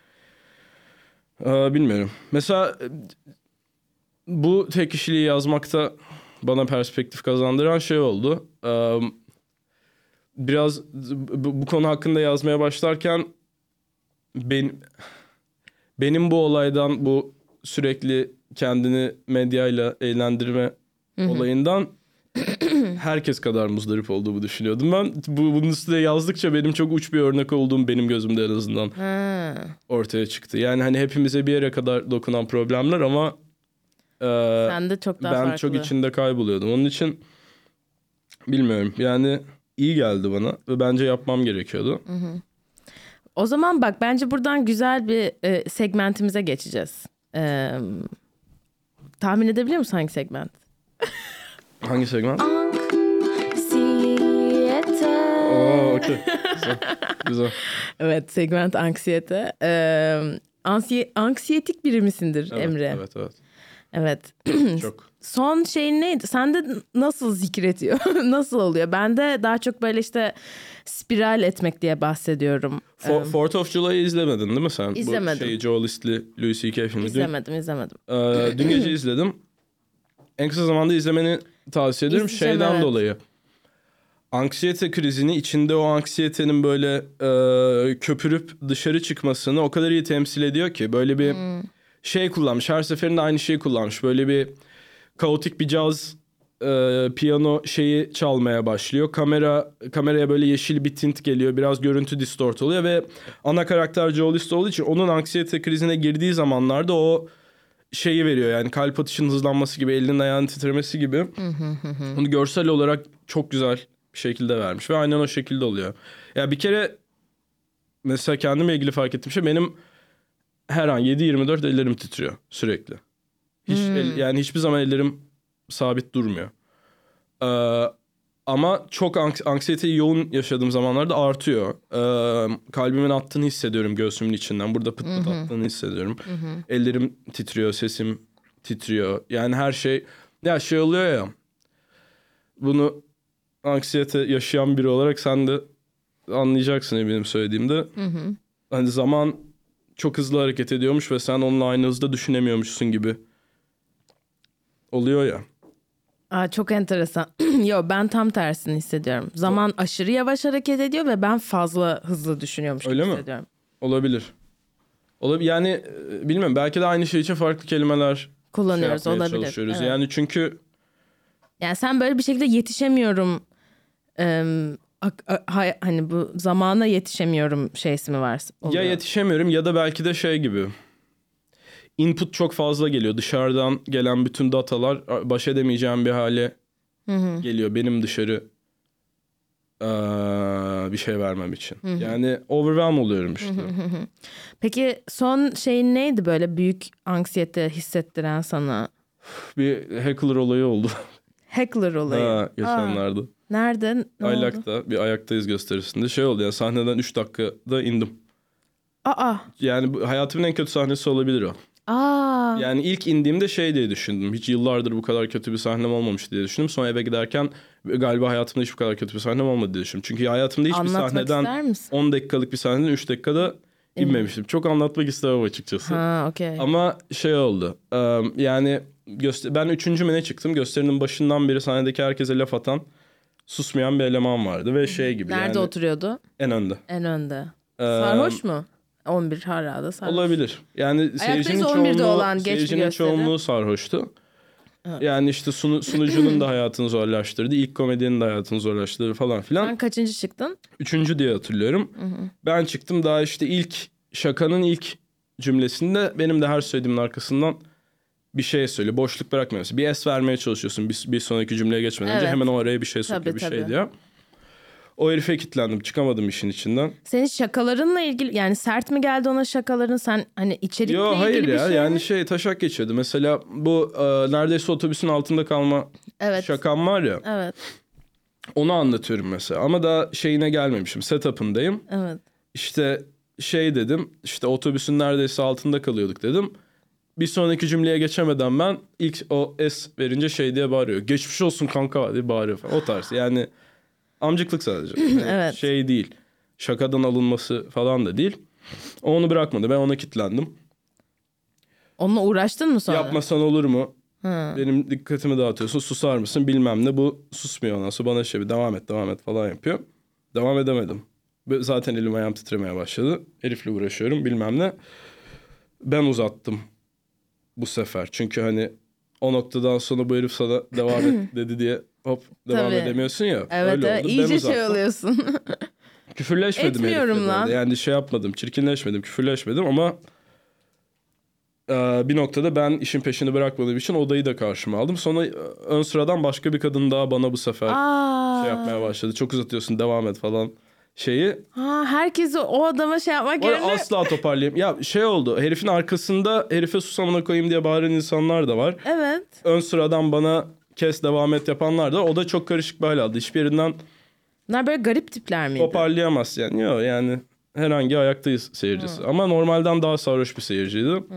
aa, bilmiyorum. Mesela bu tek kişiliği yazmakta bana perspektif kazandıran şey oldu. Ee, biraz bu, bu konu hakkında yazmaya başlarken ben, benim bu olaydan, bu sürekli kendini medyayla eğlendirme Hı-hı. olayından herkes kadar muzdarip olduğumu düşünüyordum ben. Bu, bunun üstüne yazdıkça benim çok uç bir örnek olduğum benim gözümde en azından ha. ortaya çıktı. Yani hani hepimize bir yere kadar dokunan problemler ama e, sen de çok daha ben farklı. çok içinde kayboluyordum. Onun için bilmiyorum yani iyi geldi bana ve bence yapmam gerekiyordu. Hı hı. O zaman bak bence buradan güzel bir e, segmentimize geçeceğiz. E, tahmin edebiliyor musun hangi segment? Hangi segment? Anksiyete. Oo, okey. Güzel. Güzel. Evet, segment anksiyete. Ee, ansiye, anksiyetik biri misindir evet, Emre? Evet, evet. Evet. Çok. Son şeyin neydi? Sende nasıl zikrediyor? Nasıl oluyor? Bende daha çok böyle işte spiral etmek diye bahsediyorum. For, Fourth of July'ı izlemedin değil mi sen? İzlemedim. Bu şey Joel Istli, Louis C K filmi. İzlemedim, dün, izlemedim. E, dün gece izledim. En kısa zamanda izlemeni tavsiye ederim. İzleyeceğim, Şeyden evet. dolayı. Anksiyete krizini, içinde o anksiyetenin böyle e, köpürüp dışarı çıkmasını o kadar iyi temsil ediyor ki. Böyle bir hmm. şey kullanmış. Her seferinde aynı şeyi kullanmış. Böyle bir kaotik bir caz e, piyano şeyi çalmaya başlıyor. Kamera kameraya böyle yeşil bir tint geliyor. Biraz görüntü distort oluyor ve ana karakter Joel Istli olduğu için onun anksiyete krizine girdiği zamanlarda o şeyi veriyor. Yani kalp atışının hızlanması gibi, elinin ayağının titremesi gibi. Bunu görsel olarak çok güzel bir şekilde vermiş ve aynen o şekilde oluyor. Ya bir kere mesela kendimle ilgili fark ettiğim şey, benim her an yedi yirmi dört ellerim titriyor sürekli. Hiç hmm. el, yani hiçbir zaman ellerim sabit durmuyor. Ee, ama çok anks- anksiyeteyi yoğun yaşadığım zamanlarda artıyor. Ee, kalbimin attığını hissediyorum göğsümün içinden. Burada pıt pıt attığını hissediyorum. Ellerim titriyor, sesim titriyor. Yani her şey, ya şey oluyor ya. Bunu anksiyete yaşayan biri olarak sen de anlayacaksın eminim söylediğimde. Hı hı. Hani zaman çok hızlı hareket ediyormuş ve sen onunla aynı hızda düşünemiyormuşsun gibi oluyor ya. Aa, çok enteresan. Yo, ben tam tersini hissediyorum. Zaman o... aşırı yavaş hareket ediyor ve ben fazla hızlı düşünüyormuş gibi öyle hissediyorum. Mi? Olabilir. Olabilir. Yani bilmiyorum, belki de aynı şey için farklı kelimeler kullanıyoruz, şey olabilir. Çalışıyoruz. Evet. Yani çünkü yani sen böyle bir şekilde yetişemiyorum ıı, hani bu zamana yetişemiyorum şeysi mi var? Oluyor. Ya yetişemiyorum ya da belki de şey gibi. Input çok fazla geliyor. Dışarıdan gelen bütün datalar baş edemeyeceğim bir hale hı hı. geliyor. Benim dışarı ee, bir şey vermem için. Hı hı. Yani overwhelm oluyorum işte. Hı hı hı. Peki son şeyin neydi böyle büyük anksiyete hissettiren sana? Bir heckler olayı oldu. Heckler olayı? Ha, geçenlerde. Aa, nerede? Ne Aylak'ta oldu? bir ayaktayız gösterisinde şey oldu ya, sahneden üç dakikada indim. Aa. Yani bu, hayatımın en kötü sahnesi olabilir o. Aa. Yani ilk indiğimde şey diye düşündüm. Hiç yıllardır bu kadar kötü bir sahnem olmamış diye düşündüm. Sonra eve giderken galiba hayatımda hiç bu kadar kötü bir sahnem olmadı diye düşündüm. Çünkü hayatımda hiçbir anlatmak sahneden on dakikalık bir sahneden üç dakikada inmemiştim. Çok anlatmak istemem açıkçası. Ha, okay. Ama şey oldu. Yani göster- ben üçüncü mene çıktım. Gösterinin başından beri sahnedeki herkese laf atan, susmayan bir eleman vardı ve şey gibi. Nerede yani, oturuyordu? En önde. En önde. Ee, Sarhoş mu? on bir hala sarhoş. Olabilir. Yani seyircinin çoğunluğu, olan seyircinin çoğunluğu sarhoştu. Evet. Yani işte sunu, sunucunun da hayatını zorlaştırdı. İlk komedyenin de hayatını zorlaştırdı falan filan. Sen kaçıncı çıktın? Üçüncü diye hatırlıyorum. Hı hı. Ben çıktım daha işte ilk şakanın ilk cümlesinde benim de her söylediğimin arkasından bir şey söyle. Boşluk bırakmıyorsun. Bir es vermeye çalışıyorsun bir, bir sonraki cümleye geçmeden evet. önce. Hemen o araya bir şey sokuyor, tabii, bir tabii. şey diyor. O herife kilitlendim. Çıkamadım işin içinden. Senin şakalarınla ilgili, yani sert mi geldi ona şakaların? Sen hani içerikle Yo, ilgili hayır bir ya, şey yani mi? şey taşak geçiyordu. Mesela bu e, neredeyse otobüsün altında kalma evet. şakam var ya. Evet. Onu anlatıyorum mesela. Ama daha şeyine gelmemişim. Setup'ındayım. Evet. İşte şey dedim. İşte otobüsün neredeyse altında kalıyorduk dedim. Bir sonraki cümleye geçemeden ben ilk o es verince şey diye bağırıyor. Geçmiş olsun kanka diye bağırıyor falan. O tarz yani. Amcıklık sadece. Yani evet. Şey değil. Şakadan alınması falan da değil. O onu bırakmadı. Ben ona kilitlendim. Onunla uğraştın mı sonra? Yapmasan olur mu? Ha. Benim dikkatimi dağıtıyorsun. Susar mısın? Bilmem ne. Bu susmuyor ondan sonra. Bana şey bir devam et devam et falan yapıyor. Devam edemedim. Zaten elim ayağım titremeye başladı. Herifle uğraşıyorum bilmem ne. Ben uzattım bu sefer. Çünkü hani o noktadan sonra bu herif sana devam et dedi diye hop devam Tabii. edemiyorsun ya. Evet, öyle evet. oldu. İyice ben şey oluyorsun. Küfürleşmedim Etmiyorum lan. Yani şey yapmadım, çirkinleşmedim, küfürleşmedim ama e, bir noktada ben işin peşini bırakmadığım için odayı da karşıma aldım. Sonra e, ön sıradan başka bir kadın daha bana bu sefer Aa. şey yapmaya başladı. Çok uzatıyorsun, devam et falan şeyi. Ha, herkesi o adama şey yapmak yerine... Asla toparlayayım. Ya şey oldu, herifin arkasında herife susamına koyayım diye bağıran insanlar da var. Evet. Ön sıradan bana kes devam et yapanlar da, o da çok karışık bir hal aldı. Hiçbir yerinden bunlar böyle garip tipler miydi? Toparlayamaz yani. Yok yani herhangi ayaktayız seyircisi. Hmm. Ama normalden daha sarhoş bir seyirciydi. Hmm.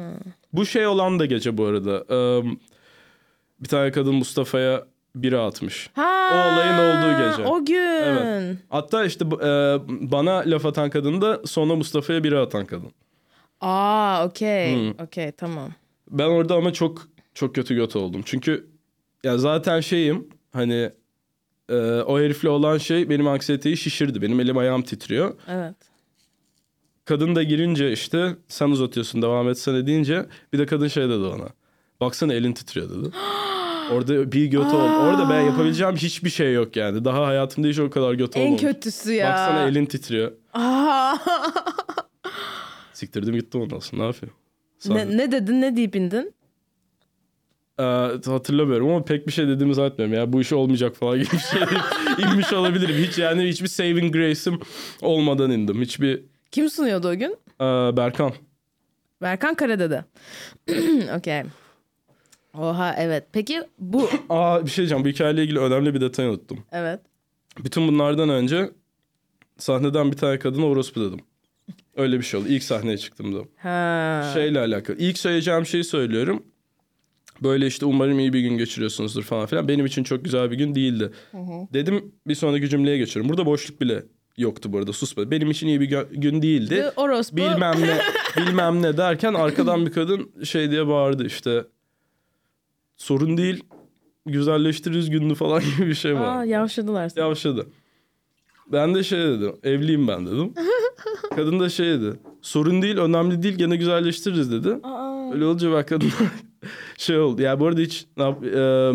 Bu şey olan da gece bu arada. Ee, bir tane kadın Mustafa'ya bira atmış. Ha, o olayın olduğu gece. O gün. Evet. Hatta işte e, bana laf atan kadın da sonra Mustafa'ya bira atan kadın. Aa, okey. Hmm. Okey, tamam. Ben orada ama çok çok kötü göt oldum. Çünkü ya zaten şeyim hani e, o herifle olan şey benim anksiyeteyi şişirdi. Benim elim ayağım titriyor. Evet. Kadın da girince işte sen uzatıyorsun devam etsene deyince bir de kadın şey dedi ona. Baksana elin titriyor dedi. Orada bir göt oldu. Orada ben yapabileceğim hiçbir şey yok yani. Daha hayatımda hiç o kadar göt olmamış. En kötüsü ya. Baksana elin titriyor. Aa. Siktirdim gittim ondan sonra ne yapayım? ne, ne dedin, ne deyip indin? Ee, hatırlamıyorum ama pek bir şey dediğimi zannetmiyorum. Ya bu iş olmayacak falan gibi bir şey inmiş olabilirim. Hiç yani hiçbir saving grace'im olmadan indim. Hiçbir... Kim sunuyordu o gün? Ee, Berkan. Berkan Karadede. Okey. Oha, evet. Peki bu... Aa bir şey diyeceğim. Bu hikayeyle ilgili önemli bir detay unuttum. Evet. Bütün bunlardan önce sahneden bir tane kadına orospu dedim. Öyle bir şey oldu. İlk sahneye çıktığımda. Ha. Şeyle alakalı. İlk söyleyeceğim şeyi söylüyorum. Böyle işte umarım iyi bir gün geçiriyorsunuzdur falan filan. Benim için çok güzel bir gün değildi. Hı hı. Dedim bir sonraki cümleye geçiyorum. Burada boşluk bile yoktu bu arada. Susma. Benim için iyi bir gö- gün değildi. Orospu. Bilmem ne bilmem ne derken arkadan bir kadın şey diye bağırdı işte. Sorun değil. Güzelleştiririz gününü falan gibi bir şey var. Aa, yavşadılar sana. Yavşadı. Ben de şey dedim. Evliyim ben dedim. Kadın da şey dedi. Sorun değil, önemli değil, gene güzelleştiririz dedi. Aa. Öyle olunca bak kadın şey oldu. Ya bu arada hiç ne yap, e,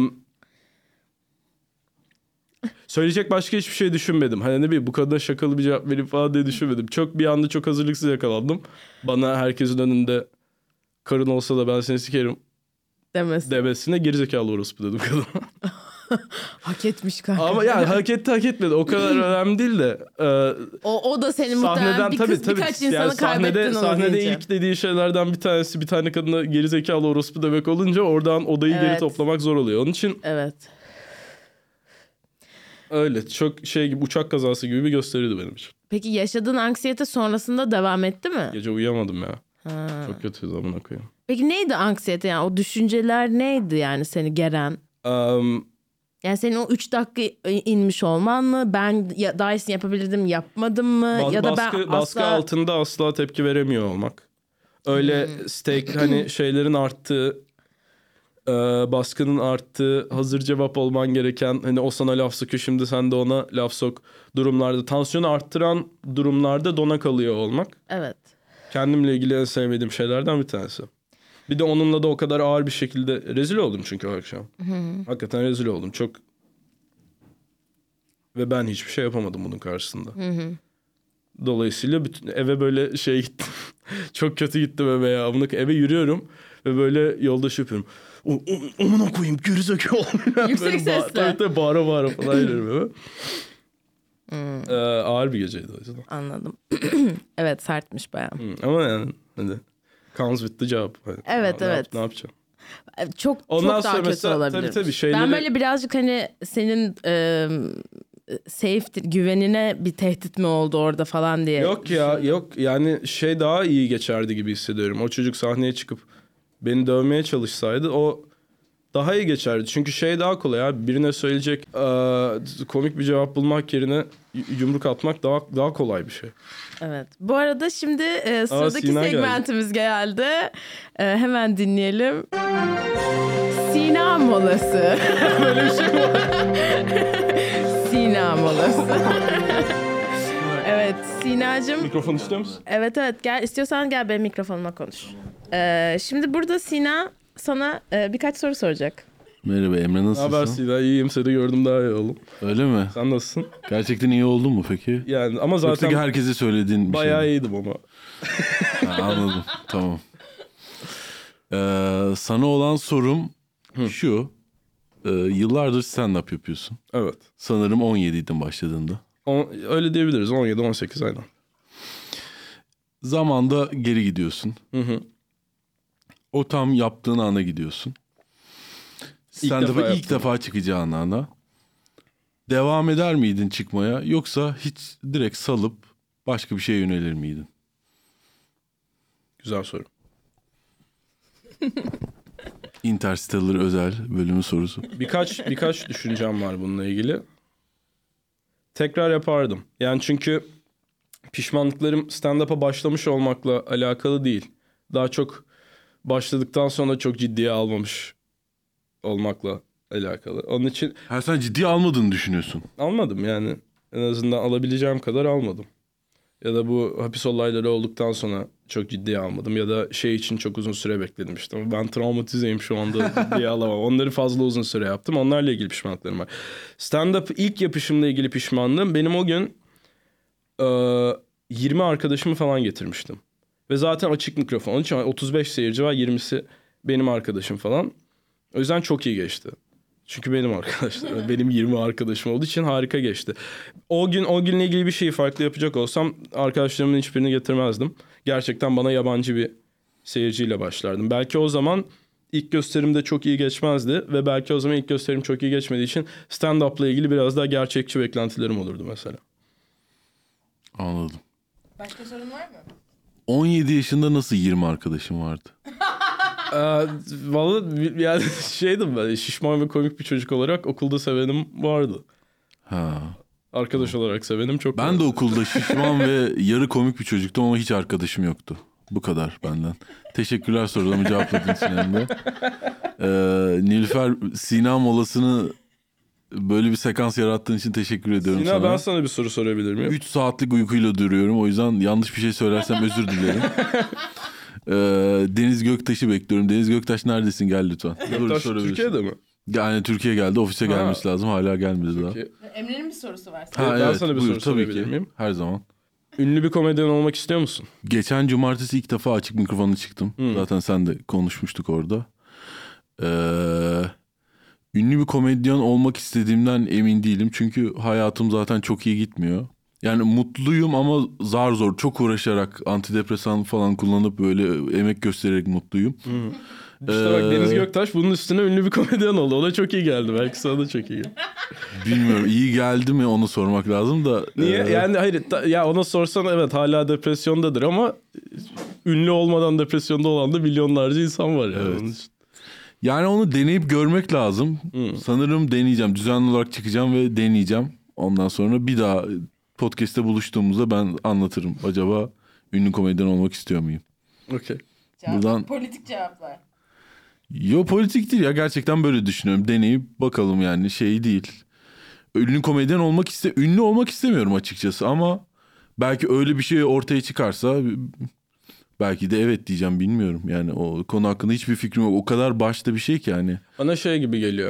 söyleyecek başka hiçbir şey düşünmedim. Hani ne bileyim bu kadına şakalı bir cevap verip falan diye düşünmedim. Çok bir anda çok hazırlıksız yakalandım. Bana herkesin önünde karın olsa da ben seni sikerim Demesin. demesine gerizekalı orospu dedim kadına. Hak etmiş kanka. Ama yani hak etti hak etmedi. O kadar önemli değil de. E, o, o da senin muhtemelen bir kız, tabii, birkaç insanı yani sahnede, kaybettin sahnede deyince. ilk dediği şeylerden bir tanesi bir tane kadına gerizekalı orospu demek olunca oradan odayı Evet. geri toplamak zor oluyor. Onun için evet. öyle çok şey gibi uçak kazası gibi bir gösteriydi benim için. Peki yaşadığın anksiyete sonrasında devam etti mi? Gece uyuyamadım ya. Ha. Çok kötü zamana koyayım. Peki neydi anksiyete, yani o düşünceler neydi yani seni geren? Um, Yani senin o üç dakika inmiş olman mı? Ben ya, daha iyisini yapabilirdim, yapmadım mı? Bas, ya da ben baskı, asla... baskı altında asla tepki veremiyor olmak. Öyle Hmm. stake hani şeylerin arttığı, e, baskının arttığı, hazır cevap olman gereken, hani o sana laf sokuyor şimdi sen de ona laf sok durumlarda, tansiyonu arttıran durumlarda dona kalıyor olmak. Evet. Kendimle ilgili en sevmediğim şeylerden bir tanesi. Bir de onunla da o kadar ağır bir şekilde rezil oldum çünkü o akşam. Hı. Hakikaten rezil oldum çok. Ve ben hiçbir şey yapamadım bunun karşısında. Hı hı. Dolayısıyla bütün eve böyle şey gittim. Çok kötü gittim eve ya. Eve yürüyorum ve böyle yolda şey yapıyorum. Amına koyayım gerizekalı. Yüksek böyle sesle. Ba- tabii tabii bağıra bağıra falan yürüyorum eve. Hmm. Ee, ağır bir geceydi o yüzden. Anladım. Evet, sertmiş bayağı. Hmm. Ama yani hadi. Comes with the job. Hani, evet ne, evet. Ne, yap, ne yapacağım? Çok Ondan çok daha kötü mesela, olabilir. Tabii, tabii, şeyleri... Ben böyle birazcık hani senin e, safety, güvenine bir tehdit mi oldu orada falan diye. Yok ya yok yani şey daha iyi geçerdi gibi hissediyorum. O çocuk sahneye çıkıp beni dövmeye çalışsaydı o daha iyi geçerdi. Çünkü şey daha kolay abi, birine söyleyecek e, komik bir cevap bulmak yerine yumruk atmak daha daha kolay bir şey. Evet. Bu arada şimdi e, sıradaki Sina segmentimiz geldi. geldi. E, hemen dinleyelim. Sina molası. Böyle bir şey var. Sina molası. Evet Sinacığım. Mikrofon istiyor musun? Evet evet, gel istiyorsan gel benim mikrofonuma konuş. Ee, şimdi burada Sina sana e, birkaç soru soracak. Merhaba Emre, nasılsın? Ne haber Sina? İyiyim, seni gördüm daha iyi oldum. Öyle mi? Sen nasılsın? Gerçekten iyi oldun mu peki? Yani ama zaten Yoksa ki herkese söylediğin bir bayağı şey mi? iyiydim ama. Ha, anladım, tamam. Ee, sana olan sorum Hı. şu. Ee, yıllardır stand-up yapıyorsun. Evet. Sanırım on yediydin başladığında. On, öyle diyebiliriz. on yedi on sekiz aynen. Zamanda geri gidiyorsun. Hı hı. O tam yaptığın anda gidiyorsun. Stand-up'a ilk defa çıkacağın anda. Devam eder miydin çıkmaya, yoksa hiç direkt salıp başka bir şeye yönelir miydin? Güzel soru. Interstellar özel bölümü sorusu. Birkaç birkaç düşüncem var bununla ilgili. Tekrar yapardım. Yani çünkü pişmanlıklarım stand-up'a başlamış olmakla alakalı değil. Daha çok başladıktan sonra çok ciddiye almamış olmakla alakalı. Onun için Ha, sen ciddiye almadığını düşünüyorsun. almadım yani. En azından alabileceğim kadar almadım. Ya da bu hapis olayları olduktan sonra çok ciddiye almadım. Ya da şey için çok uzun süre bekledim işte. Ben travmatizeyim şu anda, ciddiye alamam. Onları fazla uzun süre yaptım. Onlarla ilgili pişmanlıklarım var. Stand-up ilk yapışımla ilgili pişmanlığım. Benim o gün e, yirmi arkadaşımı falan getirmiştim. Ve zaten açık mikrofon. Onun için otuz beş seyirci var. yirmisi benim arkadaşım falan. O yüzden çok iyi geçti. Çünkü benim arkadaşlarım, benim yirmi arkadaşım olduğu için harika geçti. O gün o günle ilgili bir şeyi farklı yapacak olsam arkadaşlarımın hiçbirini getirmezdim. Gerçekten bana yabancı bir seyirciyle başlardım. Belki o zaman ilk gösterimde çok iyi geçmezdi ve belki o zaman ilk gösterim çok iyi geçmediği için stand-up'la ilgili biraz daha gerçekçi beklentilerim olurdu mesela. Anladım. Başka sorun var mı? on yedi yaşında nasıl yirmi arkadaşım vardı? Ee, vallahi yani şeydim ben, şişman ve komik bir çocuk olarak okulda sevenim vardı. Ha. Arkadaş olarak sevenim çok Ben vardı. de okulda şişman ve yarı komik bir çocuktum ama hiç arkadaşım yoktu. Bu kadar benden. Teşekkürler sorularımı cevapladığın için Emre. Ee, Nilüfer, Sina molasını böyle bir sekans yarattığın için teşekkür ediyorum Sina, sana. ben sana bir soru sorabilir miyim? üç saatlik uykuyla duruyorum. O yüzden yanlış bir şey söylersem özür dilerim. Ee, Deniz Göktaş'ı bekliyorum. Deniz Göktaş neredesin? Gel lütfen. Göktaş Türkiye'de mi? Yani Türkiye geldi. Ofise Ha. gelmesi lazım. Hala gelmedi daha. Türkiye. Emre'nin bir sorusu var. Ha, ben sana bir buyur, soru tabii sorabilir ki. miyim? Her zaman. Ünlü bir komedyen olmak istiyor musun? Geçen cumartesi ilk defa açık mikrofona çıktım. Hmm. Zaten sen de konuşmuştuk orada. Ee, ünlü bir komedyen olmak istediğimden emin değilim. Çünkü hayatım zaten çok iyi gitmiyor. Yani mutluyum ama zar zor, çok uğraşarak antidepresan falan kullanıp böyle emek göstererek mutluyum. Hmm. İşte bak, Ee, Deniz Göktaş bunun üstüne ünlü bir komedyen oldu. O da çok iyi geldi. Belki sana da çok iyi geldi. Bilmiyorum, iyi geldi mi onu sormak lazım da. Niye? e, Yani hayır, ta- ya ona sorsan evet hala depresyondadır ama ünlü olmadan depresyonda olan da milyonlarca insan var yani. Evet. Onun için. Yani onu deneyip görmek lazım. Hmm. Sanırım deneyeceğim. Düzenli olarak çıkacağım ve deneyeceğim. Ondan sonra bir daha podcast'te buluştuğumuzda ben anlatırım. Acaba ünlü komedyen olmak istiyor muyum? Okey. Cevap, Buradan- politik cevaplar. Yo, politik değil ya. Gerçekten böyle düşünüyorum. Deneyip bakalım yani, şey değil. Ünlü komedyen olmak iste ünlü olmak istemiyorum açıkçası ama belki öyle bir şey ortaya çıkarsa belki de evet diyeceğim, bilmiyorum. Yani o konu hakkında hiçbir fikrim yok. O kadar başta bir şey ki yani. Bana şey gibi geliyor.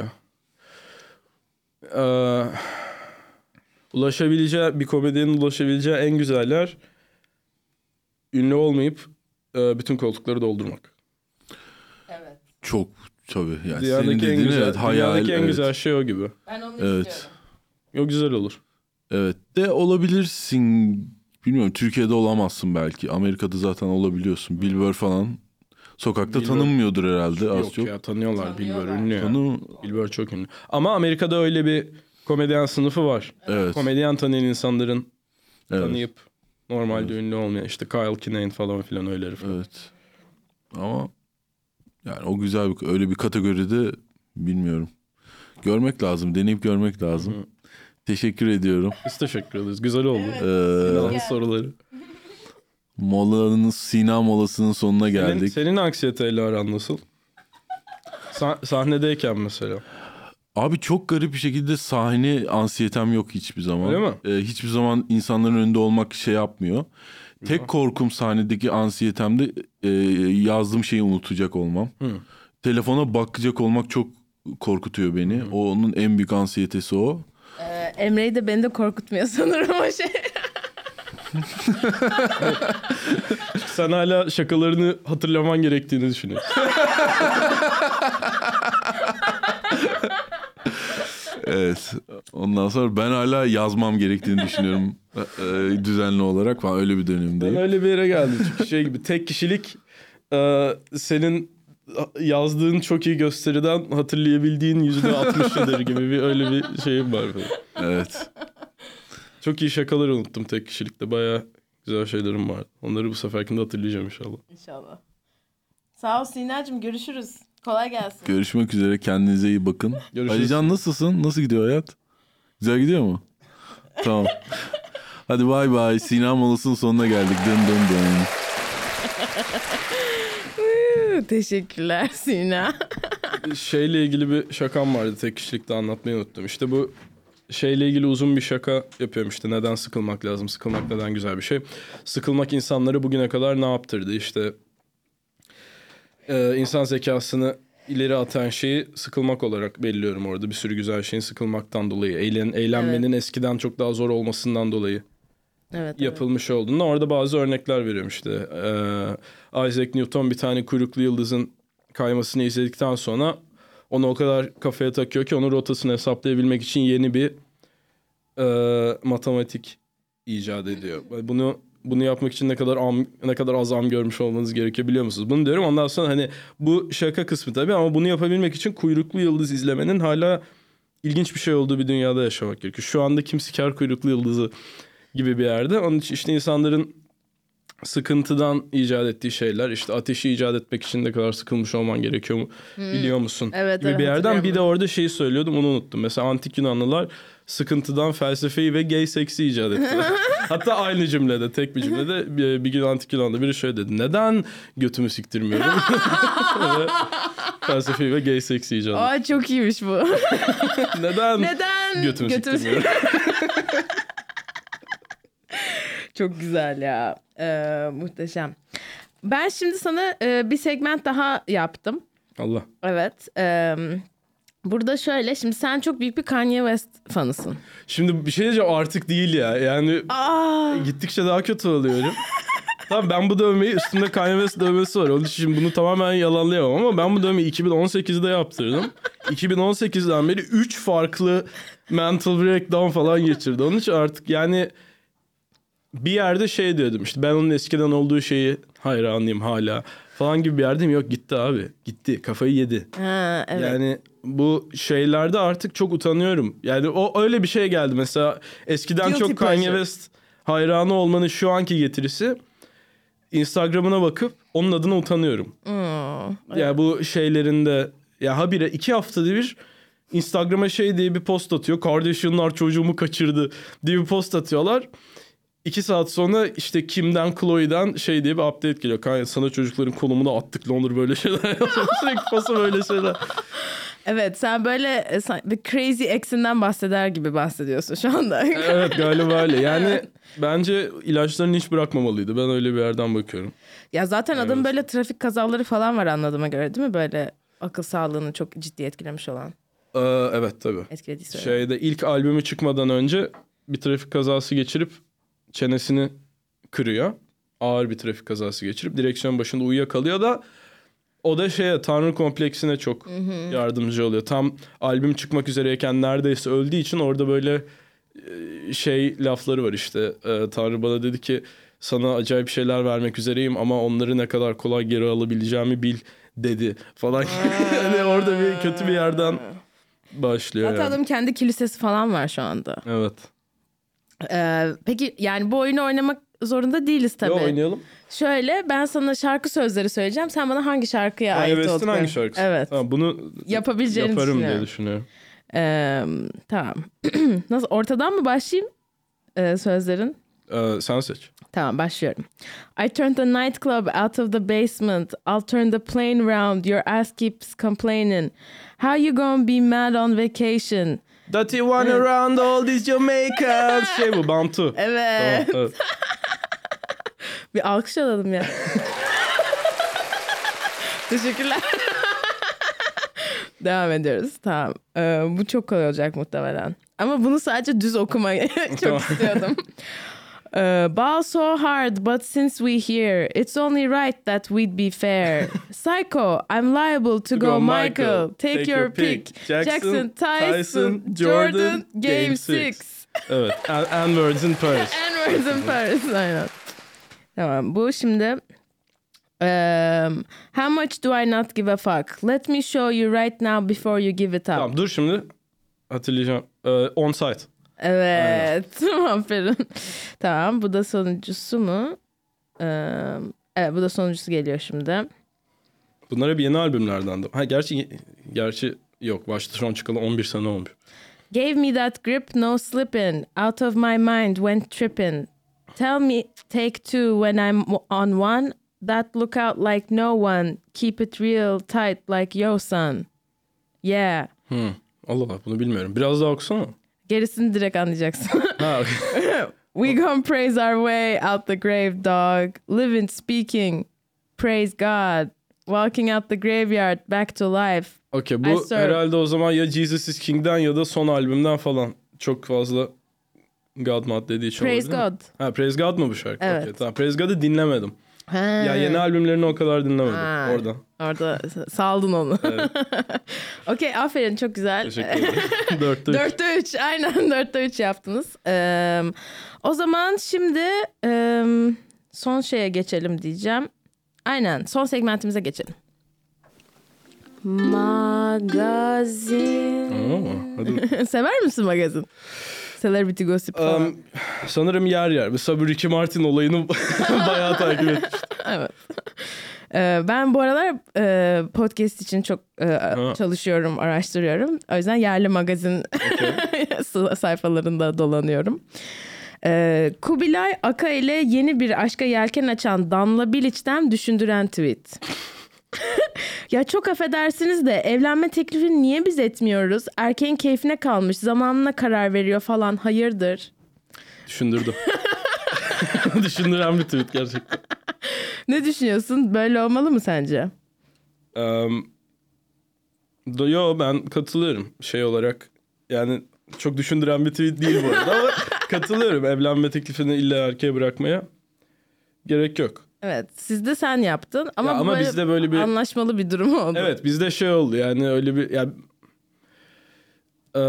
Ee, ulaşabileceği, bir komedyenin ulaşabileceği en güzel yer ünlü olmayıp e, bütün koltukları doldurmak. Evet. Çok tabii. Yani senin Dünyadaki en dediğin güzel, evet, hayal. dünyadaki en evet. güzel şey o gibi. Ben onu Evet. istiyorum. O güzel olur. Evet de olabilirsin. Bilmiyorum, Türkiye'de olamazsın belki. Amerika'da zaten olabiliyorsun. Bill Burr falan sokakta Bill Burr- tanınmıyordur herhalde az Yok çok. ya, tanıyorlar. Bill Burr Tanıyorlar. ünlü ya. Tanı Bill Burr çok ünlü. Ama Amerika'da öyle bir komedyen sınıfı var. evet. Komedyen tanıyan insanların Evet. tanıyıp normalde ünlü olmayan, işte Kyle Kinane falan filan öyle herif. Evet. Ama yani o güzel bir, öyle bir kategoride bilmiyorum. Görmek lazım, deneyip görmek lazım. Hı. Teşekkür ediyorum. Biz teşekkür ederiz. Güzel oldu. Ee, Sinan'ın Gel. soruları. molanın Sina molasının sonuna Senin, geldik. senin anksiyeteyle aran nasıl? Sa- sahnedeyken mesela. Abi çok garip bir şekilde sahne anksiyetem yok hiçbir zaman. Öyle mi? Ee, hiçbir zaman insanların önünde olmak şey yapmıyor. Tek korkum sahnedeki anksiyetemde e, yazdığım şeyi unutacak olmam. Hı. Telefona bakacak olmak çok korkutuyor beni. O, onun en büyük ansiyetesi o. Ee, Emre'yi de beni de korkutmuyor sanırım o şey. Sen hala şakalarını hatırlaman gerektiğini düşünüyorsun. Evet. Ondan sonra ben hala yazmam gerektiğini düşünüyorum. e, düzenli olarak falan, öyle bir Ben dönemdeyim. öyle bir yere geldim. Çünkü şey gibi tek kişilik e, senin yazdığın çok iyi gösteriden hatırlayabildiğin yüzde altmışıdır gibi bir öyle bir şeyim var falan. Evet. Çok iyi şakalar unuttum tek kişilikte. Bayağı güzel şeylerim var. Onları bu seferkinde hatırlayacağım inşallah. İnşallah. Sağ ol Sinacığım, görüşürüz. Kolay gelsin. Görüşmek üzere, kendinize iyi bakın. Görüşürüz. Alican nasılsın? Nasıl gidiyor hayat? Güzel gidiyor mu? Tamam. Hadi bay bay. Sina molasının sonuna geldik. Dın dın dın. Teşekkürler Sina. Şeyle ilgili bir şakam vardı, tek kişilikte anlatmayı unuttum. İşte bu şeyle ilgili uzun bir şaka yapıyorum işte. Neden sıkılmak lazım? Sıkılmak neden güzel bir şey? Sıkılmak insanları bugüne kadar ne yaptırdı? İşte e, insan zekasını ileri atan şeyi sıkılmak olarak belirliyorum orada. Bir sürü güzel şeyin sıkılmaktan dolayı, eğlen, eğlenmenin evet. eskiden çok daha zor olmasından dolayı evet, yapılmış evet. olduğunda orada bazı örnekler veriyorum işte. Ee, Isaac Newton bir tane kuyruklu yıldızın kaymasını izledikten sonra onu o kadar kafaya takıyor ki onun rotasını hesaplayabilmek için yeni bir e, matematik icat ediyor. Bunu bunu yapmak için ne kadar am, ne kadar az am görmüş olmanız gerekiyor biliyor musunuz? Bunu diyorum. Ondan sonra hani bu şaka kısmı tabii ama bunu yapabilmek için kuyruklu yıldız izlemenin hala ilginç bir şey olduğu bir dünyada yaşamak gerekiyor. Şu anda kimse kar kuyruklu yıldızı gibi bir yerde. Onun için işte insanların sıkıntıdan icat ettiği şeyler, işte ateşi icat etmek için ne kadar sıkılmış olman gerekiyor mu hmm. biliyor musun? Evet, gibi evet, bir yerden bir de orada şeyi söylüyordum, onu unuttum. Mesela antik Yunanlılar sıkıntıdan felsefeyi ve gay seksi icat ettiler. Hatta aynı cümlede, tek bir cümlede bir, bir gün antik Yunan'da biri şöyle dedi: neden götümü siktirmiyorum? Felsefeyi ve gay seksi icat ettim. Aa, çok iyiymiş bu. neden, neden götümü, götümü siktirmiyorum? Çok güzel ya. Ee, muhteşem. Ben şimdi sana e, bir segment daha yaptım. Allah. Evet. E, burada şöyle, şimdi sen çok büyük bir Kanye West fanısın. Şimdi bir şey diyeceğim, artık değil ya. Yani Aa. gittikçe daha kötü oluyorum. Tamam, ben bu dövmeyi, üstümde Kanye West dövmesi var. Onun için şimdi bunu tamamen yalanlayamam ama ben bu dövmeyi iki bin on sekizde yaptırdım. iki bin on sekizden beri üç farklı mental breakdown falan geçirdi. Onun için artık yani bir yerde şey diyordum işte, ben onun eskiden olduğu şeyi hayranıyım hala falan gibi bir yerdeyim. Yok, gitti abi. Gitti. Kafayı yedi. Ha, evet. Yani bu şeylerde artık çok utanıyorum. Yani o öyle bir şey geldi mesela. Eskiden Guilty çok Kanye pleasure. West hayranı olmanın şu anki getirisi, Instagram'ına bakıp onun adına utanıyorum. Hmm, evet. Yani bu şeylerinde ya habire iki haftada bir Instagram'a şey diye bir post atıyor. Kardashianlar çocuğumu kaçırdı diye bir post atıyorlar. İki saat sonra işte Kim'den, Chloe'den şey diye bir update geliyor. Kanye, sana çocukların konumunu attık, ne olur böyle şeyler yapalım. Sürekli posta böyle şeyler. Evet, sen böyle bir crazy ex'inden bahseder gibi bahsediyorsun şu anda. Evet, galiba öyle. Yani bence ilaçlarını hiç bırakmamalıydı. Ben öyle bir yerden bakıyorum. Ya zaten Evet. adamın böyle trafik kazaları falan var anladığıma göre, değil mi? Böyle akıl sağlığını çok ciddi etkilemiş olan. Ee, evet tabii. Etkilediyse. Şeyde ilk albümü çıkmadan önce bir trafik kazası geçirip çenesini kırıyor. Ağır bir trafik kazası geçirip direksiyon başında uyuyakalıyor da o da şeye, tanrı kompleksine çok hı hı. yardımcı oluyor. Tam albüm çıkmak üzereyken neredeyse öldüğü için orada böyle şey lafları var işte. E, Tanrı bana dedi ki sana acayip şeyler vermek üzereyim ama onları ne kadar kolay geri alabileceğimi bil dedi falan. Yani orada bir kötü bir yerden başlıyor. Zaten yani. adamın kendi kilisesi falan var şu anda. Evet. Ee, peki yani bu oyunu oynamak zorunda değiliz tabii. Yo, oynayalım. Şöyle, ben sana şarkı sözleri söyleyeceğim. Sen bana hangi şarkıya Kanye ait West'in olduklarını... hangi şarkısı? Evet. Tamam, bunu yapabileceğini yaparım düşünüyorum. diye düşünüyorum. Ee, tamam. Nasıl, ortadan mı başlayayım ee, sözlerin? Ee, sen seç. Tamam, başlıyorum. I turned the nightclub out of the basement. I'll turn the plane round. Your ass keeps complaining. How you gonna be mad on vacation? That you wanna evet. around all these Jamaicans. Şey bu, Bantu. Evet. Tamam, evet. Bir alkış alalım ya. Teşekkürler. Devam ediyoruz. Tamam. Ee, bu çok kolay olacak muhtemelen. Ama bunu sadece düz okumayı çok istiyordum. Uh, ball so hard, but since we here, it's only right that we'd be fair. Psycho, I'm liable to, to go, go Michael. Michael. Take, Take your, your pick. pick. Jackson, Jackson Tyson, Tyson, Jordan, Jordan Game six. Evet. N-words in Paris. N-words in Paris. Aynen. Tamam. Bu şimdi... Um, how much do I not give a fuck? Let me show you right now before you give it up. Tamam, dur şimdi. Hatırlayacağım. Ee, on site. Evet. Aferin. Tamam, bu da sonuncusu mu? Ee, evet, bu da sonuncusu geliyor şimdi. Bunlar hep yeni albümlerden de. Ha gerçi gerçi yok. Başta şu an çıkalı on bir sene olmuş. Gave me that grip, no slipping. Out of my mind, went tripping. Tell me, take two when I'm on one. That look out like no one. Keep it real tight like yo son. Yeah. Hmm. Allah Allah, bunu bilmiyorum. Biraz daha okusana. Gerisini direkt anlayacaksın. Ha, okay. We gon' praise our way out the grave, dog. Living, speaking, praise God. Walking out the graveyard, back to life. Okey, bu herhalde o zaman ya Jesus is King'den ya da son albümden falan. Çok fazla God mod dediği için Praise olabilir mi? God. Ha, Praise God mu bu şarkı? Evet. Okay, tamam. Praise God'ı dinlemedim. Ha. Ya yeni albümlerini o kadar dinlemedim. Ha. Orada. Orada saldın onu. Evet. Okey, aferin, çok güzel. Teşekkür ederim. Dörtte üç. Dörtte üç, aynen dörtte üç yaptınız. Ee, o zaman şimdi e, son şeye geçelim diyeceğim. Aynen, son segmentimize geçelim. Magazin. Oo, hadi. Sever misin magazin? Celebrity gossip falan. Um, sanırım yer yer. Mesela bu Ricky Martin olayını bayağı takip etmiştim. Evet. Ee, ben bu aralar e, podcast için çok e, çalışıyorum, araştırıyorum. O yüzden yerli magazin okay. sayfalarında dolanıyorum. Ee, Kubilay Aka ile yeni bir aşka yelken açan Damla Bilic'ten düşündüren tweet. Ya çok affedersiniz de evlenme teklifini niye biz etmiyoruz? Erkeğin keyfine kalmış, zamanına karar veriyor falan, hayırdır? Düşündürdüm. Düşündüren bir tweet gerçekten. Ne düşünüyorsun? Böyle olmalı mı sence? Um, yo, ben katılıyorum şey olarak. Yani çok düşündüren bir tweet değil bu arada ama katılıyorum. Evlenme teklifini illa erkeğe bırakmaya gerek yok. Evet, sizde sen yaptın ama, ya ama böyle bizde böyle bir anlaşmalı bir durum oldu. Evet, bizde şey oldu yani öyle bir yani e,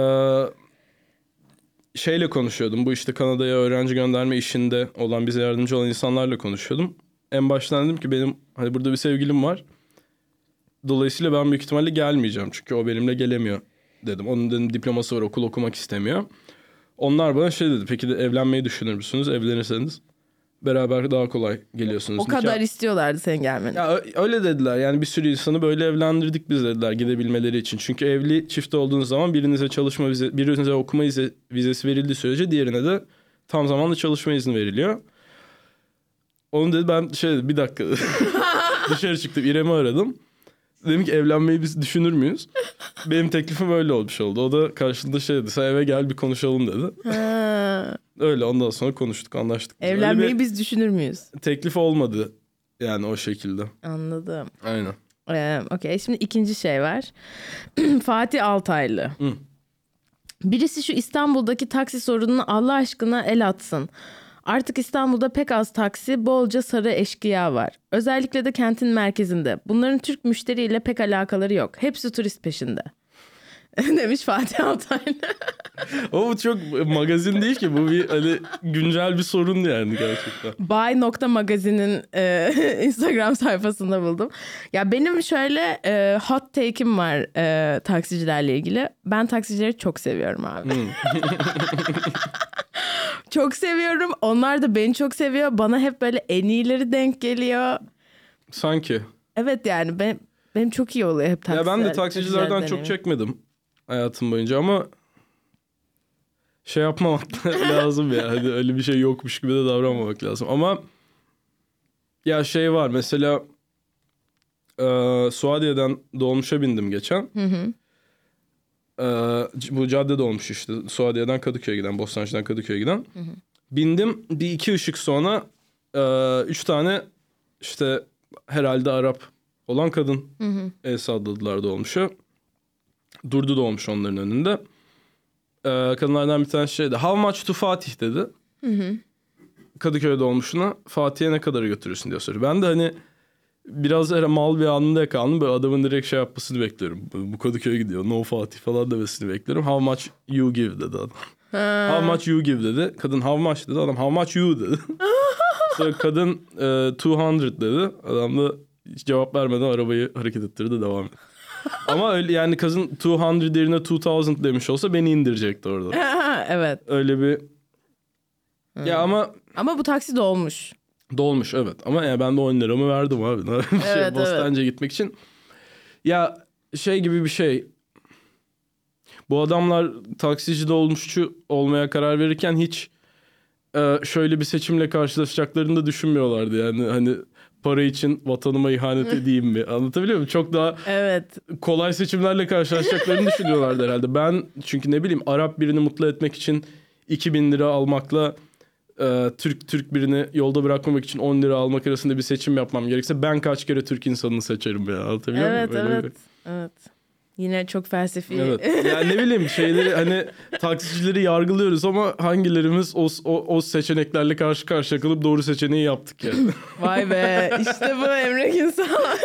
şeyle konuşuyordum. Bu işte Kanada'ya öğrenci gönderme işinde olan, bize yardımcı olan insanlarla konuşuyordum. En baştan dedim ki benim hani burada bir sevgilim var. Dolayısıyla ben büyük ihtimalle gelmeyeceğim çünkü o benimle gelemiyor dedim. Onun dedim diploması var, okul okumak istemiyor. Onlar bana şey dedi, peki de evlenmeyi düşünür müsünüz? Evlenirseniz beraber daha kolay geliyorsunuz. O kadar Nikah... istiyorlardı senin gelmeni. Ya öyle dediler yani, bir sürü insanı böyle evlendirdik biz dediler gidebilmeleri için. Çünkü evli çift olduğunuz zaman birinize çalışma vize, birinize okuma vize, vizesi verildiği sürece diğerine de tam zamanlı çalışma izni veriliyor. Onu dedi, ben şey bir dakika dışarı çıktım, İrem'i aradım. Dedim ki evlenmeyi biz düşünür müyüz? Benim teklifim öyle olmuş oldu. O da karşılığında şey dedi, sen eve gel bir konuşalım dedi. Öyle, ondan sonra konuştuk, anlaştık. Evlenmeyi biz düşünür müyüz? Teklif olmadı yani o şekilde. Anladım. Aynen. Ee, Okey, şimdi ikinci şey var. Fatih Altaylı. Hı. Birisi şu İstanbul'daki taksi sorununu Allah aşkına el atsın. Artık İstanbul'da pek az taksi, bolca sarı eşkıya var. Özellikle de kentin merkezinde. Bunların Türk müşteriyle pek alakaları yok. Hepsi turist peşinde. Demiş Fatih Altaylı. O çok magazin değil ki, bu bir hani güncel bir sorun yani gerçekten. Buy nokta magazinin e, Instagram sayfasında buldum. Ya benim şöyle e, hot take'im var e, taksicilerle ilgili. Ben taksicileri çok seviyorum abi. Hmm. Çok seviyorum. Onlar da beni çok seviyor. Bana hep böyle en iyileri denk geliyor. Sanki. Evet yani ben, benim çok iyi oluyor hep taksiler. Ya ben de taksicilerden çok çekmedim hayatım boyunca ama şey yapmamak lazım ya. Hani öyle bir şey yokmuş gibi de davranmamak lazım. Ama ya şey var mesela e, Suadiye'den dolmuşa bindim geçen. Hı hı. E, bu cadde dolmuş işte. Suadiye'den Kadıköy'e giden, Bostancı'dan Kadıköy'e giden. Hı hı. Bindim, bir iki ışık sonra e, üç tane işte herhalde Arap olan kadın hı hı. el salladılar dolmuşa. Durdu dolmuş onların önünde. Ee, kadınlardan bir tanesi şeydi. How much to Fatih dedi. Hı hı. Kadıköy dolmuşuna Fatih'e ne kadar götürürsün diye soruyor. Ben de hani biraz era mal bir anında yakalandım. Böyle adamın direkt şey yapmasını bekliyorum. Bu Kadıköy'e gidiyor, no Fatih falan demesini bekliyorum. How much you give dedi adam. Ha. How much you give dedi. Kadın how much dedi. Adam how much you dedi. Sonra kadın e, two hundred dedi. Adam da hiç cevap vermeden arabayı hareket ettirdi, devam etti. Ama öyle yani kadın two hundred yerine two thousand demiş olsa beni indirecekti orada. Evet. Öyle bir... Hmm. Ya ama... Ama bu taksi dolmuş. Dolmuş evet ama yani ben de on liramı verdim abi. şey, Evet, Bostancı'ya evet. gitmek için. Ya şey gibi bir şey. Bu adamlar taksici dolmuşçu olmaya karar verirken hiç e, şöyle bir seçimle karşılaşacaklarını da düşünmüyorlardı. Yani hani para için vatanıma ihanet edeyim mi? Anlatabiliyor muyum? Çok daha Evet. kolay seçimlerle karşılaşacaklarını düşünüyorlardı herhalde. Ben çünkü ne bileyim Arap birini mutlu etmek için iki bin lira almakla e, Türk Türk birini yolda bırakmamak için on lira almak arasında bir seçim yapmam gerekse ben kaç kere Türk insanını seçerim ya. Anlatabiliyor Evet, muyum? Öyle evet. bir- Evet. Yine çok felsefi. Evet. Yani ne bileyim şeyleri hani taksicileri yargılıyoruz ama hangilerimiz o, o, o seçeneklerle karşı karşıya kalıp doğru seçeneği yaptık yani. Vay be. İşte bu Emre Günsal.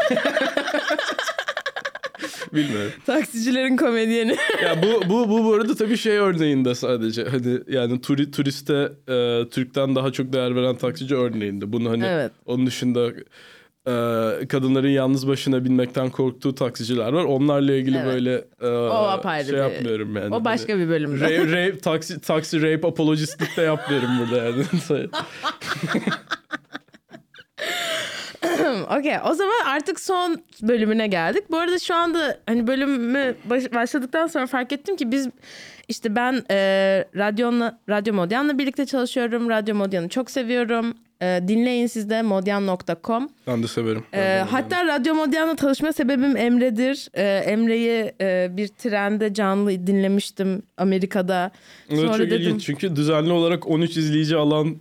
Bilmiyorum. Taksicilerin komedyeni. Ya bu bu bu bu arada tabii şey örneğinde sadece hani yani turi, turiste e, Türk'ten daha çok değer veren taksici örneğinde. Bunu hani Evet. onun dışında e, kadınların yalnız başına binmekten korktuğu taksiciler var. Onlarla ilgili Evet. böyle e, O apayrı şey bir- yapmıyorum yani. O başka bir bölümde. Rape, rape, taksi, taksi rape apologistlik de yapmıyorum burada yani. Okey, o zaman artık son bölümüne geldik. Bu arada şu anda hani bölümü baş- başladıktan sonra fark ettim ki biz işte ben e, Radyon'la, Radyo Modyan'la birlikte çalışıyorum. Radyo Modyan'ı çok seviyorum. E, dinleyin siz de modyan nokta com. Ben de severim. E, hatta Radyo Modyan'la tanışma sebebim Emre'dir. E, Emre'yi e, bir trende canlı dinlemiştim Amerika'da. Evet, Sonra çok dedim ilginç çünkü düzenli olarak on üç izleyici alan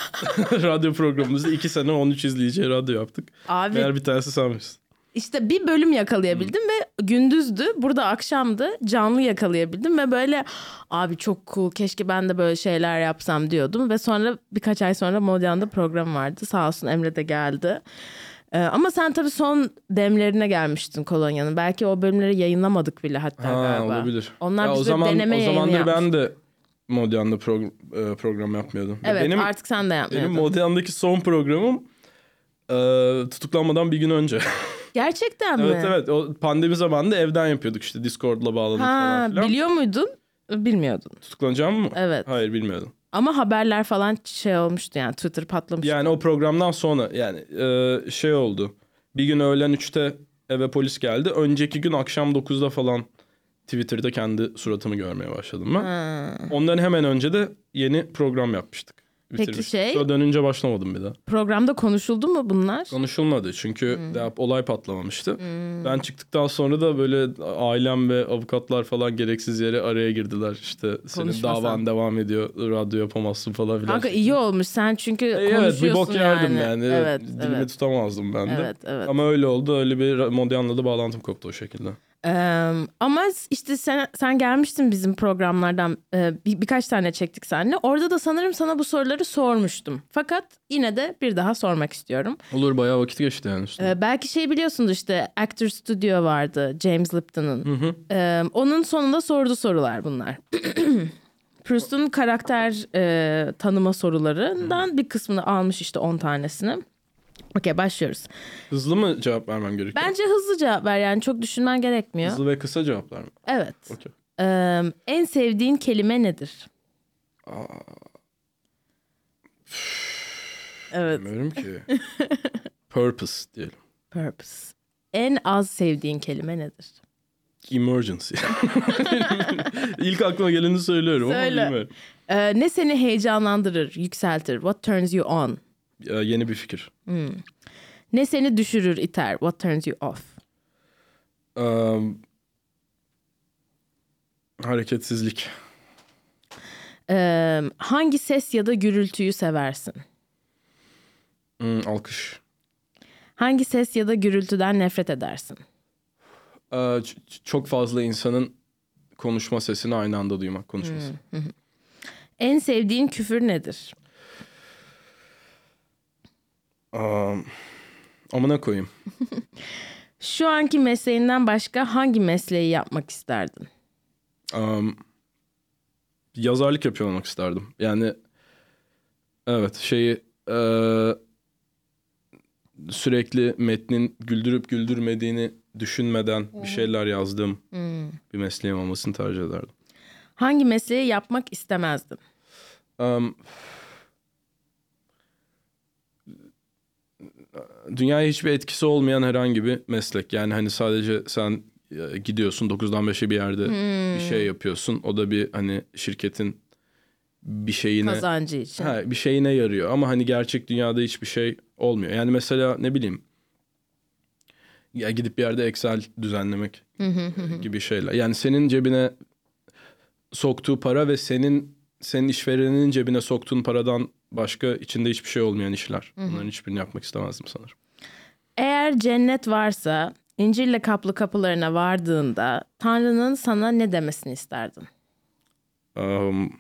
radyo programımızda iki sene on üç izleyici radyo yaptık. abi Meğer bir tanesi senmişsin. İşte bir bölüm yakalayabildim ve gündüzdü. Burada akşamdı. Canlı yakalayabildim ve böyle abi çok cool, keşke ben de böyle şeyler yapsam diyordum. Ve sonra birkaç ay sonra Modyan'da program vardı. Sağ olsun Emre de geldi. Ee, ama sen tabii son demlerine gelmiştin Kolonya'nın. Belki o bölümleri yayınlamadık bile hatta Ha, galiba. olabilir. Onlar Ya bize o zaman deneme o yayını zamandır yapmış. ben de Modyan'da program, e, program yapmıyordum. Evet, benim, artık sen de yapmıyordun. Benim Modyan'daki son programım e, tutuklanmadan bir gün önce. Gerçekten mi? Evet evet. O pandemi zamanında evden yapıyorduk işte Discord'la bağlanıp Ha, falan filan. biliyor muydun? Bilmiyordun. Tutuklanacağım mı? Evet. Hayır bilmiyordum. Ama haberler falan şey olmuştu yani, Twitter patlamıştı. Yani o programdan sonra yani e, şey oldu. Bir gün öğlen üçte eve polis geldi. Önceki gün akşam dokuzda falan Twitter'da kendi suratımı görmeye başladım ben. Ha. Ondan hemen önce de yeni program yapmıştık. Bitirmiştik. şey- Sonra dönünce başlamadım bir daha. Programda konuşuldu mu bunlar? Konuşulmadı çünkü Hmm. daha olay patlamamıştı. Ben çıktıktan sonra da böyle ailem ve avukatlar falan gereksiz yere araya girdiler. İşte senin Konuşmasan. davan devam ediyor, radyo yapamazsın falan filan. Kanka iyi olmuş sen çünkü E, konuşuyorsun evet bir bok yerdim yani. Evet, Dilimi evet. tutamazdım ben de. Evet, evet. Ama öyle oldu. Öyle bir Modyan'la da bağlantım koptu o şekilde. Ee, ama işte sen sen gelmiştin bizim programlardan, e, bir, birkaç tane çektik seninle. Orada da sanırım sana bu soruları sormuştum. Fakat yine de bir daha sormak istiyorum. Olur bayağı vakit geçti yani üstüne. Ee, belki şey biliyorsunuz, işte Actor Studio vardı James Lipton'ın. Ee, onun sonunda sorduğu sorular bunlar. Proust'un karakter e, tanıma sorularından bir kısmını almış, işte on tanesini. Okey, başlıyoruz. Hızlı mı cevap vermem gerekiyor? Bence hızlı cevap ver, yani çok düşünmen gerekmiyor. Hızlı ve kısa cevaplar mı? Evet. Okey. Ee, en sevdiğin kelime nedir? Evet. Bilmiyorum ki. Purpose diyelim. Purpose. En az sevdiğin kelime nedir? Emergency. İlk aklıma geleni söylüyorum Söyle. ama bilmiyorum. Ee, ne seni heyecanlandırır, yükseltir? What turns you on? Ya, yeni bir fikir. Ne seni düşürür, iter? What turns you off? Um, hareketsizlik. Ee, hangi ses ya da gürültüyü seversin? Hmm, alkış. Hangi ses ya da gürültüden nefret edersin? Ee, ç- çok fazla insanın konuşma sesini aynı anda duymak konuşması. En sevdiğin küfür nedir? Um, amına koyayım. Şu anki mesleğinden başka hangi mesleği yapmak isterdin? Um, yazarlık yapıyor olmak isterdim. Yani evet şeyi e, sürekli metnin güldürüp güldürmediğini düşünmeden bir şeyler yazdığım bir mesleğim olmasını tercih ederdim. Hangi mesleği yapmak istemezdin? Um, dünyaya hiçbir etkisi olmayan herhangi bir meslek. Yani hani sadece sen gidiyorsun dokuzdan beşe bir yerde hmm. bir şey yapıyorsun. O da bir hani şirketin bir şeyine kazancı için. He, bir şeyine yarıyor ama hani gerçek dünyada hiçbir şey olmuyor. Yani mesela ne bileyim ya gidip bir yerde Excel düzenlemek gibi şeyler. Yani senin cebine soktuğu para ve senin senin işvereninin cebine soktuğun paradan başka içinde hiçbir şey olmayan işler. Bunların hiçbirini yapmak istemezdim sanırım. Eğer cennet varsa İncir'le kaplı kapılarına vardığında Tanrı'nın sana ne demesini isterdin? Um,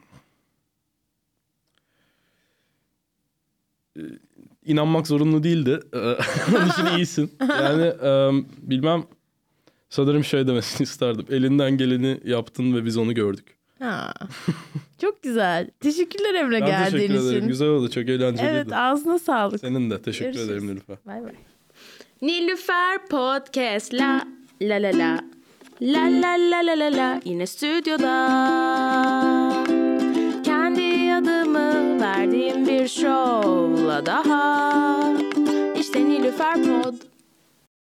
inanmak zorunlu değildi. Onun için iyisin. Yani um, bilmem sanırım şey demesini isterdim. Elinden geleni yaptın ve biz onu gördük. Ha, çok güzel. Teşekkürler Emre ben geldiğin teşekkür ederim. için. Güzel oldu. Çok eğlenceliydi. Evet, ağzına sağlık. Senin de. Teşekkür Görüşürüz. ederim Nilüfer. Bay bay. Nilüfer Podcast la la la la la la la la la la yine stüdyoda kendi adımı verdiğim bir şovla daha işte Nilüfer Pod.